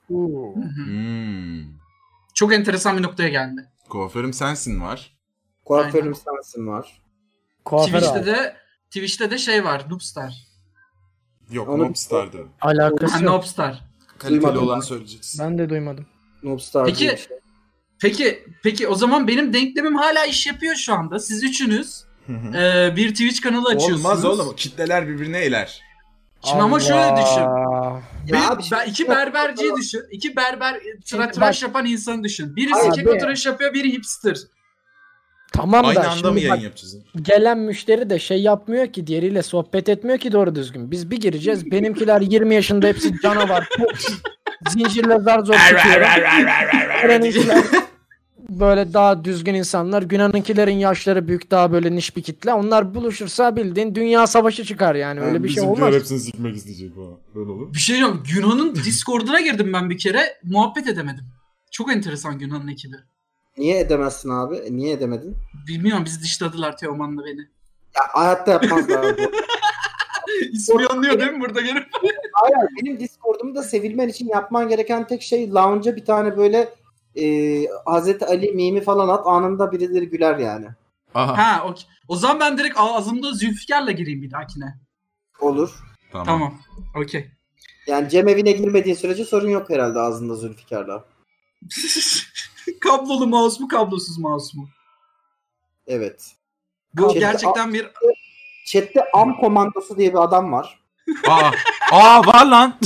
Çok enteresan bir noktaya geldi. Kuaförüm sensin var. Kuaförüm sensin var. Twitch'te de şey var. Noobstar. Yok Onu- Mobstar'dı. Alakası yok. Noobstar. Kaliteli Duymadım olanı ben. söyleyeceksin. Ben de duymadım. Noobstar Peki- diye bir şey. Peki o zaman benim denklemim hala iş yapıyor şu anda. Siz üçünüz bir Twitch kanalı açıyorsunuz. Olmaz oğlum. Kitleler birbirine eğler. Şimdi ama şöyle düşün. Ya abi şimdi- İki berberciyi düşün. İki berber Şimdi tıraş yapan insanı düşün. Birisi Hayır, keko be. tıraş yapıyor, biri hipster. Tamam Aynı da anda mı şimdi yayın bak, yapacağız? gelen müşteri de şey yapmıyor ki, diğeriyle sohbet etmiyor ki doğru düzgün. Biz bir gireceğiz. Benimkiler 20 yaşında, hepsi canavar. Zincirle zar zor tutuyor. Eren'inkiler böyle daha düzgün insanlar. Günan'ınkilerin yaşları büyük, daha böyle niş bir kitle. Onlar buluşursa bildiğin dünya savaşı çıkar yani. Öyle bir şey olmaz. hepsini sikmek isteyecek falan. Böyle olur. Bir şey diyeceğim. Günhan'ın Discord'una girdim ben bir kere. Muhabbet edemedim. Çok enteresan Günhan'ın ekibi. Niye edemezsin abi? Niye edemedin? Bilmiyorum, bizi dışladılar Teoman'la beni. Ya hayatta yapmazlar abi. İsmi anlıyor değil mi burada gelip? Hayır, benim Discord'umda sevilmen için yapman gereken tek şey lounge'a bir tane böyle Hazreti Ali mimi falan at, anında birileri güler yani. Aha. Ha, okey. O zaman ben direkt ağzımda Zülfikar'la gireyim bir dahakine. Olur. Tamam. Okey. Yani Cem evine girmediği sürece sorun yok herhalde ağzında Zülfikar'la. Kablolu mouse mu, kablosuz mouse mu? Evet. Bu Chat'te gerçekten bir... Chat'te am komandosu diye bir adam var. Var lan.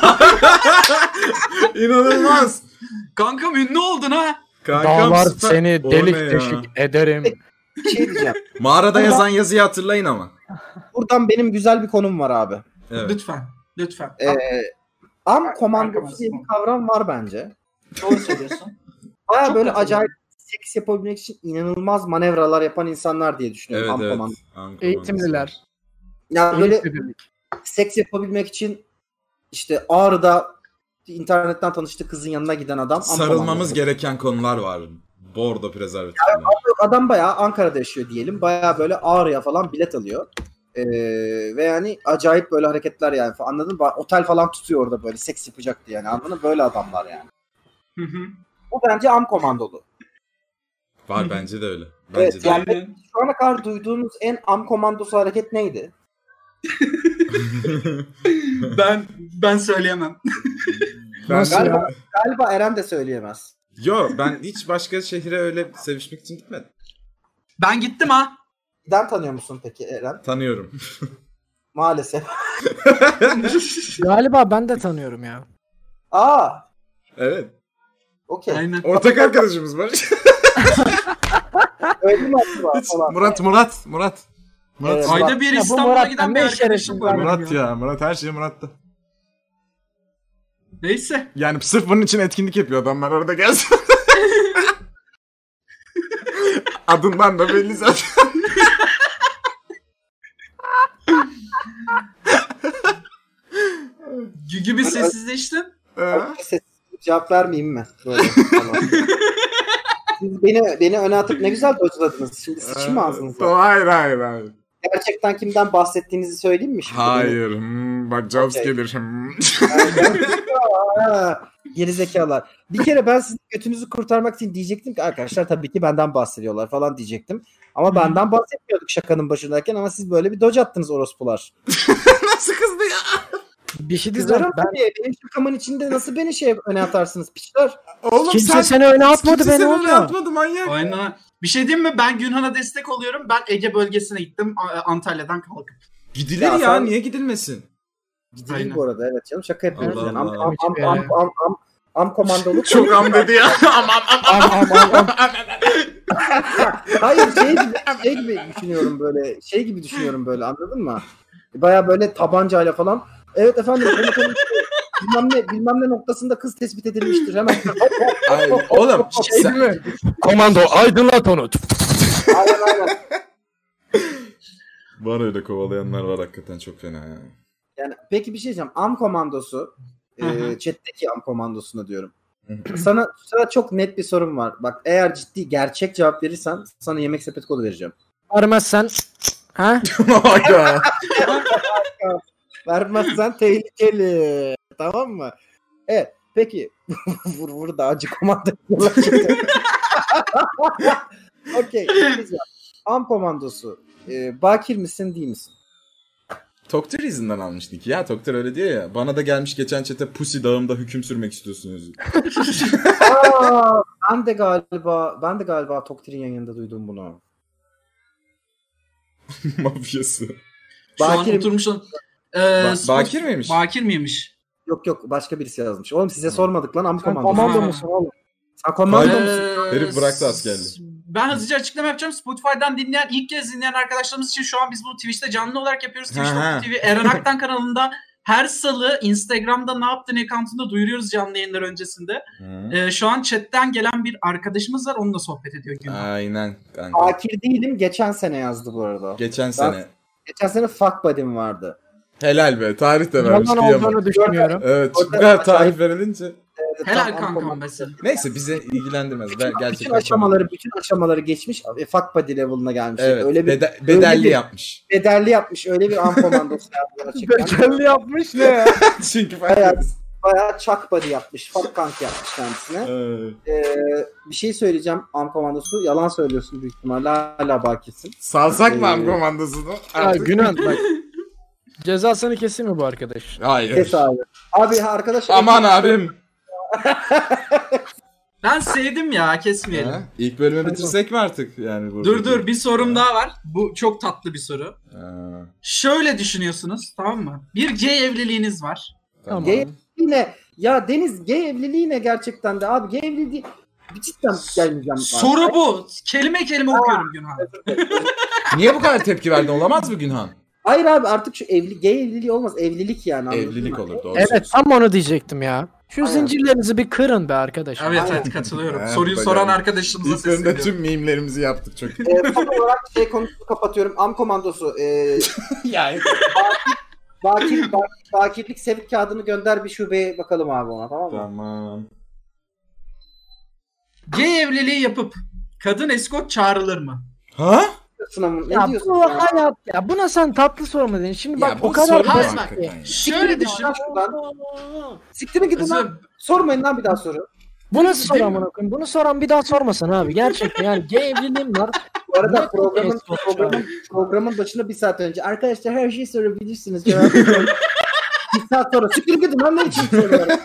İnanılmaz. Kankam ünlü oldun ha. Dağlar süper. seni O delik ne ya? deşik ederim. Bir şey diyeceğim. Mağarada yazan yazıyı hatırlayın ama. Buradan benim güzel bir konum var abi. Evet. Lütfen. Am komandosu diye bir kavram var bence. Doğru söylüyorsun. Baya Çok böyle katılıyorum. acayip seks yapabilmek için inanılmaz manevralar yapan insanlar diye düşünüyorum am komandosu. Eğitimliler. Yani böyle Böyle... seks yapabilmek için işte Ağrı'da internetten tanıştığı kızın yanına giden adam. Sarılmamız gereken konular var. Bordo prezervatif. Yani adam bayağı Ankara'da yaşıyor diyelim. Bayağı böyle Ağrı'ya falan bilet alıyor. Ve yani acayip böyle hareketler yani. Anladın mı? Otel falan tutuyor orada böyle. Seks yapacaktı yani. Anladın mı? Böyle adamlar yani. Bu bence am komandolu. Var bence de öyle. Bence Evet, de. yani şu ana kadar duyduğunuz en am komandosu hareket neydi? Ben söyleyemem. Galiba Eren de söyleyemez. Yo, ben hiç başka şehre öyle sevişmek için gitmedim. Ben gittim ha. Neden tanıyor musun peki Eren? Tanıyorum. Maalesef. Galiba ben de tanıyorum ya. Aa, Evet. okey. Aynen. Ortak arkadaşımız var. Öyle mi acaba falan? Murat. Ayda bir Ya bu İstanbul'a Murat giden bir ne arkadaşım şerefsiz var. var. Murat her şey Murat'ta. Neyse. Yani sırf bunun için etkinlik yapıyor adamlar orada gelsin. Adından da belli zaten. Gibi sessizleştin. Cevap vermeyeyim mi? Böyle. Tamam. Siz beni öne atıp ne güzel dodge'ladınız. Şimdi sıçayım ağzınıza. Hayır. Gerçekten kimden bahsettiğinizi söyleyeyim mi şimdi? Hayır. Bak Jobs Okay. gelir. Geri zekalar. Bir kere ben sizin götünüzü kurtarmak için diyecektim ki arkadaşlar tabii ki benden bahsediyorlar falan diyecektim. Ama benden bahsetmiyorduk şakanın başındayken ama siz böyle bir dodge attınız orospular. Nasıl kızdı ya? Bir şey diyeceğim. Kızlarım tabii benim şakamın içinde nasıl beni öne atarsınız piçler? Oğlum Kimse seni öne atmadı, kimse ben seni öne oluyor. atmadı manyak. Aynen. Bir şey diyeyim mi? Ben Günhan'a destek oluyorum. Ben Ege bölgesine gittim. Antalya'dan kalkıp. Gidilir Ya ya, sen- niye gidilmesin? Gidilir Aynen. bu arada evet canım şaka yapıyoruz Allah yani. Allah. Am komandoluk. Çok am dedi ya. Hayır şey gibi düşünüyorum böyle. Şey gibi düşünüyorum böyle anladın mı? Baya böyle tabancayla falan. Evet efendim bilmem ne noktasında kız tespit edilmiştir. Hemen Ay, oğlum Şey değil mi? Komando aydınlat onu. aynen. var öyle kovalayanlar var hakikaten çok fena ya. Yani peki bir şey diyeceğim. Am komandosu Hı. chat'teki am komandosuna diyorum. Sana çok net bir sorum var. Bak eğer ciddi gerçek cevap verirsen sana yemek sepeti kodu vereceğim. Vermezsen ha? Hayda. Vermezsen tehlikeli. Tamam mı? Evet. Peki. vur da acı komando. Okey. Am komandosu. Bakir misin değil misin? Tokter izinden almıştık ya. Tokter öyle diyor ya. Bana da gelmiş geçen çete Pussy dağımda hüküm sürmek istiyorsunuz. Aa, ben de galiba Toktir'in yayınında duydum bunu. Mafyası. Şu an Bakir- oturmuşsun. Bakir miymiş? Bakir miymiş? Yok başka birisi yazmış. Oğlum size sormadık lan am Sen komandosu. komando Ha. musun oğlum? Sen komando Hayır. musun? Herif bıraktı askerliği. Ben hızlıca açıklama yapacağım. Spotify'dan ilk kez dinleyen arkadaşlarımız için şu an biz bunu Twitch'te canlı olarak yapıyoruz. Twitch.tv Eren Aktan kanalında her salı Instagram'da ne yaptın account'unda duyuruyoruz canlı yayınlar öncesinde. Şu an chatten gelen bir arkadaşımız var. Onunla sohbet ediyor Günhan. Aynen kanka. Bakir değilim. Geçen sene yazdı bu arada. Geçen sene. Geçen sene fuck buddy'm vardı. Helal be. Tarih de vermiş. Yalan Kıyamam. olduğunu düşünüyorum. Evet. Bu Orada kadar tarih acayip- verilince. Helal Tam am kankam komando. mesela. Neyse bize ilgilendirmez. Ben Bütün gerçekten aşamaları geçmiş. Fuck buddy level'ına gelmiş. Evet. Öyle bir Bedelli öyle bir- yapmış. bedelli yapmış. Öyle bir am komandosu yaptı gerçekten. Bedelli yapmış ne ya? Çünkü Bayağı chuck buddy yapmış. Fuck kank yapmış kendisine. Bir şey söyleyeceğim am komandosu. Yalan söylüyorsun büyük ihtimalle. Hala bakirsin. Salsak mı am komandosunu? Ya Artık- Günan bak. Cezasını keseyim mi bu arkadaş? Hayır. Kes abi. Abi arkadaş. Aman abim. Ben sevdim ya, kesmeyelim. Ha? İlk bölümü bitirsek mi artık? Yani burada Dur bir sorum daha var. Bu çok tatlı bir soru. Ha, Şöyle düşünüyorsunuz, tamam mı? Bir gay evliliğiniz var. tamam. Gay evliliğine ya Deniz gay evliliğine gerçekten de abi gay evliliği cidden gelmeyeceğim. Soru bu. Kelime kelime okuyorum Günhan. Niye bu kadar tepki verdin? Olamaz mı Günhan? Hayır abi artık şu gay evliliği olmaz. Evlilik yani. anladın Evlilik mı? olur doğru. Evet söylüyorsun. tam onu diyecektim ya. Şu Aynen. zincirlerinizi bir kırın be arkadaşım. Evet Aynen. evet katılıyorum. Evet, Soruyu bayağı. soran arkadaşımıza İlk bölümde sesleniyorum. tüm mimlerimizi yaptık çok. Son olarak konusunu kapatıyorum. Am komandosu. Yani. bakirlik sevk kağıdını gönder bir şubeye bakalım abi ona, tamam mı? Tamam. Gay evliliği yapıp kadın eskort çağrılır mı? Ha? Ne Ya diyorsun bu ya? hayat ya. Buna sen tatlı sorma dedin. Şimdi Ya bak bu o kadar sorma basit hakikaten. ki. Şöyle düşün. Siktirin gidin lan. Sormayın lan bir daha soru. Bu nasıl soru amına koyayım? Bunu soran bir daha sormasın abi. Gerçekten yani gay evliliğim var. Bu arada Net programın başında bir saat önce arkadaşlar her şeyi sorabilirsiniz. Cevap veriyorum. Bir saat sonra siktirin gidin lan, ne için soruyorum?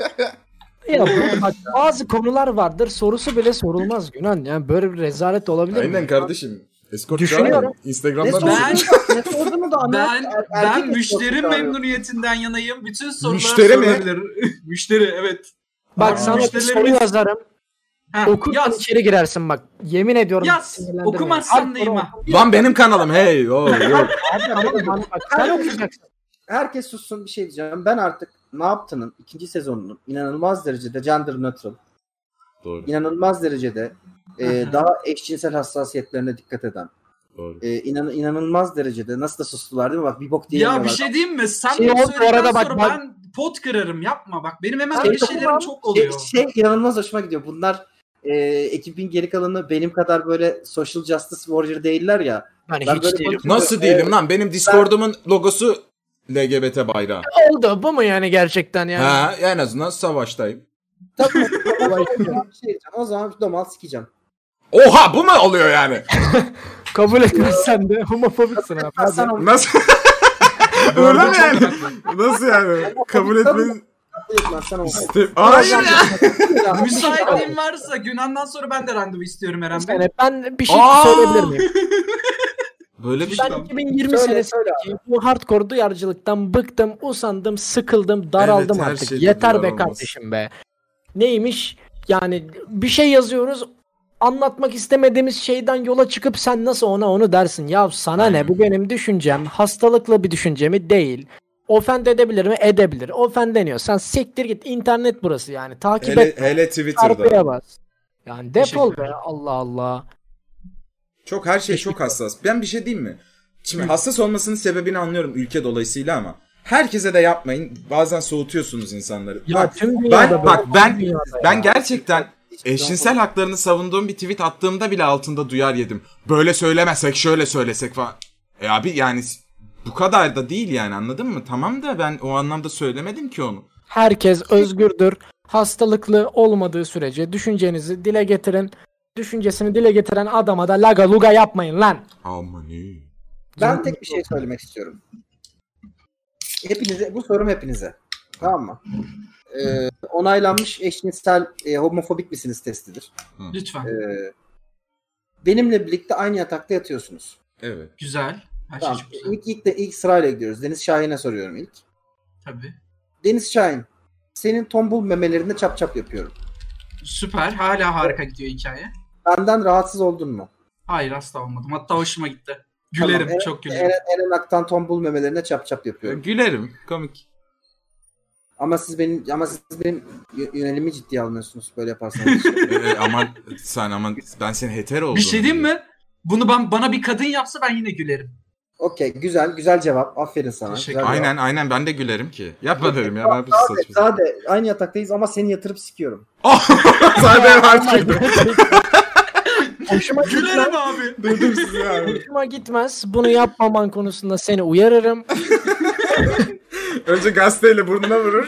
Ya bak, bazı konular vardır. Sorusu bile sorulmaz Günan. Yani böyle bir rezalet olabilir mi? Aynen kardeşim. Eskort Düşünüyorum. çağırın. Instagram'dan Ne sorduğunu da anlat. Ben müşteri memnuniyetinden yanayım. Bütün sorular Müşteri mi? sorulabilir. Müşteri, evet. Bak Aa, sana bir soru müşterilerimiz- yazarım. Okursan Yaz. içeri girersin bak. Yemin ediyorum. Yaz. sinirlendirme. Okumazsan Hadi neyim oku. ha? Lan benim kanalım hey. Yok. Abi ama bak sen okuyacaksın. Herkes sussun, bir şey diyeceğim. Ben artık Ne Yaptın'ın 2. sezonunun inanılmaz derecede gender neutral, Doğru. inanılmaz derecede daha eşcinsel hassasiyetlerine dikkat eden, Doğru. inanılmaz derecede nasıl da sustular değil mi? Bak bir bok diyemiyorlar. Ya bir şey diyeyim mi? Sen Şey bunu oldu, söyledikten arada bak, sonra bak- ben pot kırarım. Yapma bak. Benim hemen Şey öyle yok şeylerim ama çok oluyor. inanılmaz hoşuma gidiyor. Bunlar ekibin geri kalanı benim kadar böyle social justice warrior değiller ya. Ben Ben hiç böyle değilim. Nasıl değilim lan? Benim Discord'umun logosu LGBT bayrağı. Oldu bu mu yani gerçekten yani? Ha, en azından savaştayım. Tabii. Bir şey diyeceğim. O zaman domal sikeceğim. Oha, bu mu oluyor yani? Kabul etmezsen de homofobiksin abi. Hadi. Sen onu Nasıl? Öyle mi yani? Nasıl yani? Kabul etmeyin. sen onu. Hayır ya. Müsaitliğin varsa Günan'dan sonra ben de randevu istiyorum Eren Bey. Yani ben bir şey Aa! söyleyebilir miyim? Böyle bir şey. Ben 2020 Söyle, senesindeki bu hardcore duyarcılıktan bıktım, usandım, sıkıldım, daraldım Evet, her artık. şeyde Yeter duyar be olmaz. kardeşim be. Neymiş? Yani bir şey yazıyoruz, anlatmak istemediğimiz şeyden yola çıkıp sen nasıl onu dersin. Ya sana ne? Bu benim düşüncem. Hastalıklı bir düşüncemi değil. Ofend edebilir mi? Edebilir. Ofendeniyorsan siktir git. İnternet burası yani. Takip et. Hele Arkaya Twitter'da. bas. Yani defol be. Teşekkür Allah Allah. Çok her şey çok hassas. Ben bir şey diyeyim mi? Şimdi hassas olmasının sebebini anlıyorum ülke dolayısıyla ama herkese de yapmayın. Bazen soğutuyorsunuz insanları. Ya Bak, tüm dünyada ben bak böyle, ben tüm dünyada ben ya. gerçekten eşcinsel haklarını savunduğum bir tweet attığımda bile altında duyar yedim. Böyle söylemesek, şöyle söylesek falan. Abi yani bu kadar da değil yani, anladın mı? Tamam da ben o anlamda söylemedim ki onu. Herkes özgürdür. Hastalıklı olmadığı sürece düşüncenizi dile getirin. Düşüncesini dile getiren adama da laga luga yapmayın lan. Aman iyi. Ben tek bir şey söylemek istiyorum. Bu sorum hepinize. Tamam mı? Onaylanmış eşcinsel homofobik misiniz testidir. Lütfen. Benimle birlikte aynı yatakta yatıyorsunuz. Evet. Güzel. Her Tamam. şey çok güzel. İlk sırayla gidiyoruz. Deniz Şahin'e soruyorum ilk. Tabii. Deniz Şahin, senin tombul memelerinde çap çap yapıyorum. Süper. Hala harika gidiyor hikaye. Benden rahatsız oldun mu? Hayır, asla olmadım. Hatta hoşuma gitti. Gülerim. Tamam, Çok gülerim. Eren Aktan tombul memelerine çap çap yapıyorum. Gülerim. Komik. Ama siz benim yönelimi ciddiye almıyorsunuz böyle yaparsanız. Aman ben seni hetero oldum. Bir şey diyeyim mi? Bunu bana bir kadın yapsa ben yine gülerim. Okey, güzel cevap. Aferin sana. Teşekkür Güzel cevap. Aynen ben de gülerim ki. Yapma derim ya, ne yapıyorsun saçma. Sade aynı yataktayız ama seni yatırıp sikiyorum. Sade artık. Hoşuma gitmez. Gülerim abi. Duydum sizi abi. Hoşuma gitmez. Bunu yapmaman konusunda seni uyarırım. Önce gazeteyle burnuna vurur.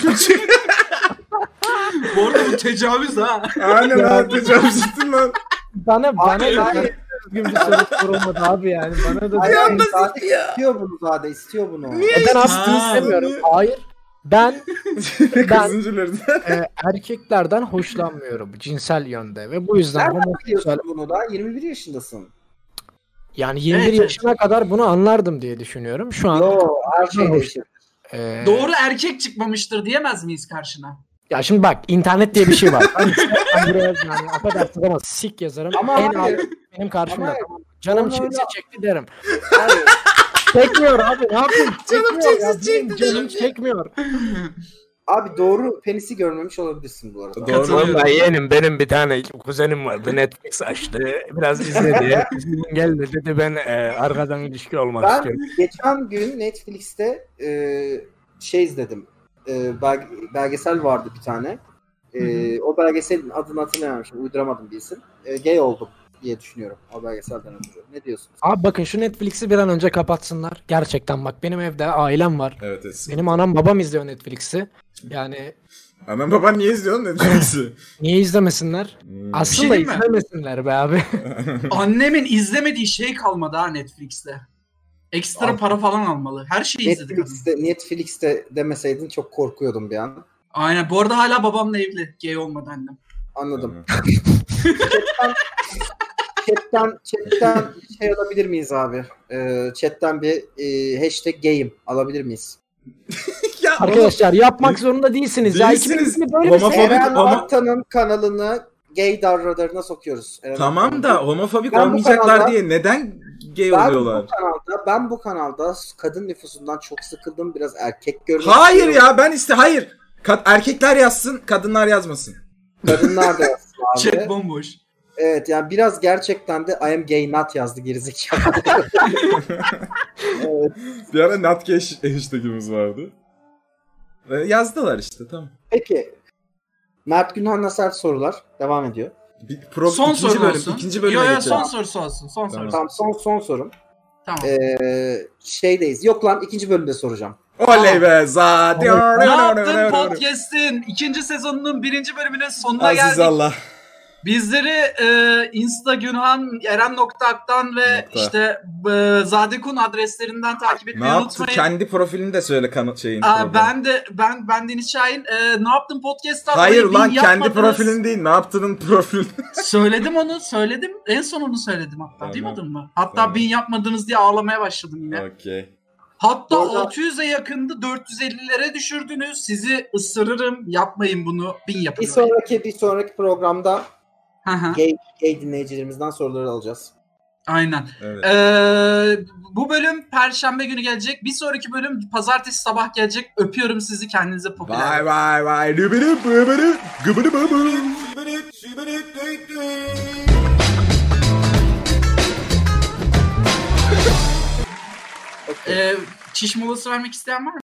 Bu arada bu tecavüz ha. Aynen abi, tecavüz ettin lan. Bana Hayır, da hayır. düzgün bir soru sorulmadı abi yani. Bana da Hayır, Sade istiyor bunu. neden astığını Ha. istemiyorum. Hayır. Ben Kızıncıları. erkeklerden hoşlanmıyorum cinsel yönde ve bu yüzden Nereden homoseksüel, biliyorsun bunu da? 21 yaşındasın. yani 21 Evet, yaşına kadar bunu anlardım diye düşünüyorum. Şu an Yo, her şey değişir. Doğru erkek çıkmamıştır diyemez miyiz karşına? Ya şimdi bak, internet diye bir şey var. Ben buraya yani affedersiniz ama sik yazarım. Ama en hayır. alt benim karşımda. Ama Tamam. Canım onu çekse öyle- çekti derim. Hayır. Çekmiyor abi, ne yapayım? Canım Çekmiyor ya, çekse çekti benim canım derim. çekmiyor. Abi doğru penisi görmemiş olabilirsin bu arada. Doğru. Vallahi yeğenim benim bir tane kuzenim vardı. Netflix açtı. Biraz izledi. Gel dedi ben arkadan ilişki olmak Ben istiyorum. geçen gün Netflix'te şey izledim. Belgesel vardı bir tane. O belgeselin adını hatırlayamam şimdi. Uyduramadım bir isim. Gay oldum diye düşünüyorum o belgeselden ötürü. Ne diyorsunuz? Abi bakın şu Netflix'i bir an önce kapatsınlar. Gerçekten bak benim evde ailem var. Evet. Benim anam babam izliyor Netflix'i. Yani Anan baban niye izliyorsun Netflix'i? niye izlemesinler? Aslında şey diyeyim mi? izlemesinler be abi. Annemin izlemediği şey kalmadı ha Netflix'te. Ekstra para falan almalı. Her şeyi izledik. Netflix'te demeseydin çok korkuyordum bir an. Aynen. Bu arada hala babamla evli. Gay olmadı annem. Anladım. Chatten şey alabilir miyiz abi? Chatten bir hashtag gay'im alabilir miyiz? Ya Arkadaşlar yapmak zorunda değilsiniz. Ya Değilsiniz. 2020 böyle bir Homofobik- şey. Eren ama- Aktan'ın kanalını gay darralarına sokuyoruz. Eren tamam Aktan'ın. da homofobik Ben bu olmayacaklar kanalda- diye neden gay Ben oluyorlar? bu kanalda kadın nüfusundan çok sıkıldım. Biraz erkek görmek Hayır istiyorum. ya hayır. Erkekler yazsın, kadınlar yazmasın. Kadınlar da yazsın Chat abi. bomboş. Evet yani biraz gerçekten de I am gay not yazdı gerizekalı. Evet. Bir ara Notcash hashtagimiz vardı. Yazdılar işte tamam. Peki. Mert Günhan'la sert sorular devam ediyor. Son soru olsun. İkinci bölüme Yo, geçelim. son sorusu olsun. Son sorusu. Tamam son sorum. Tamam. Şeydeyiz. Yok lan ikinci bölümde soracağım. Oley be za. Ne yaptın podcast'in 2. sezonunun 1. bölümünün sonuna Aziz geldik. Allah. Bizleri Insta Günhan, Eren.Aktan ve Nokta. işte Zadekun adreslerinden takip Ne etmeyi yaptı? unutmayın. Kendi profilini de söyle şeyin. Ben Deniz Şahin. Ne yaptın podcast'ta? Hayır Bin lan kendi yapmadınız. profilin değil. Ne yaptığının profili. Söyledim onu. Söyledim. En son onu söyledim hatta. Tamam. Duymadın mı? Hatta Tamam. 1000 yapmadınız diye ağlamaya başladım yine. Okey. Hatta Orada- 600'e yakındı. 450'lere düşürdünüz. Sizi ısırırım. Yapmayın bunu. 1000 yapın. Bir sonraki programda Hı hı. gay dinleyicilerimizden soruları alacağız. Aynen. Evet. Bu bölüm Perşembe günü gelecek. Bir sonraki bölüm Pazartesi sabah gelecek. Öpüyorum sizi. Kendinize popüler. Bye bye bye. Çiş molası vermek isteyen var mı?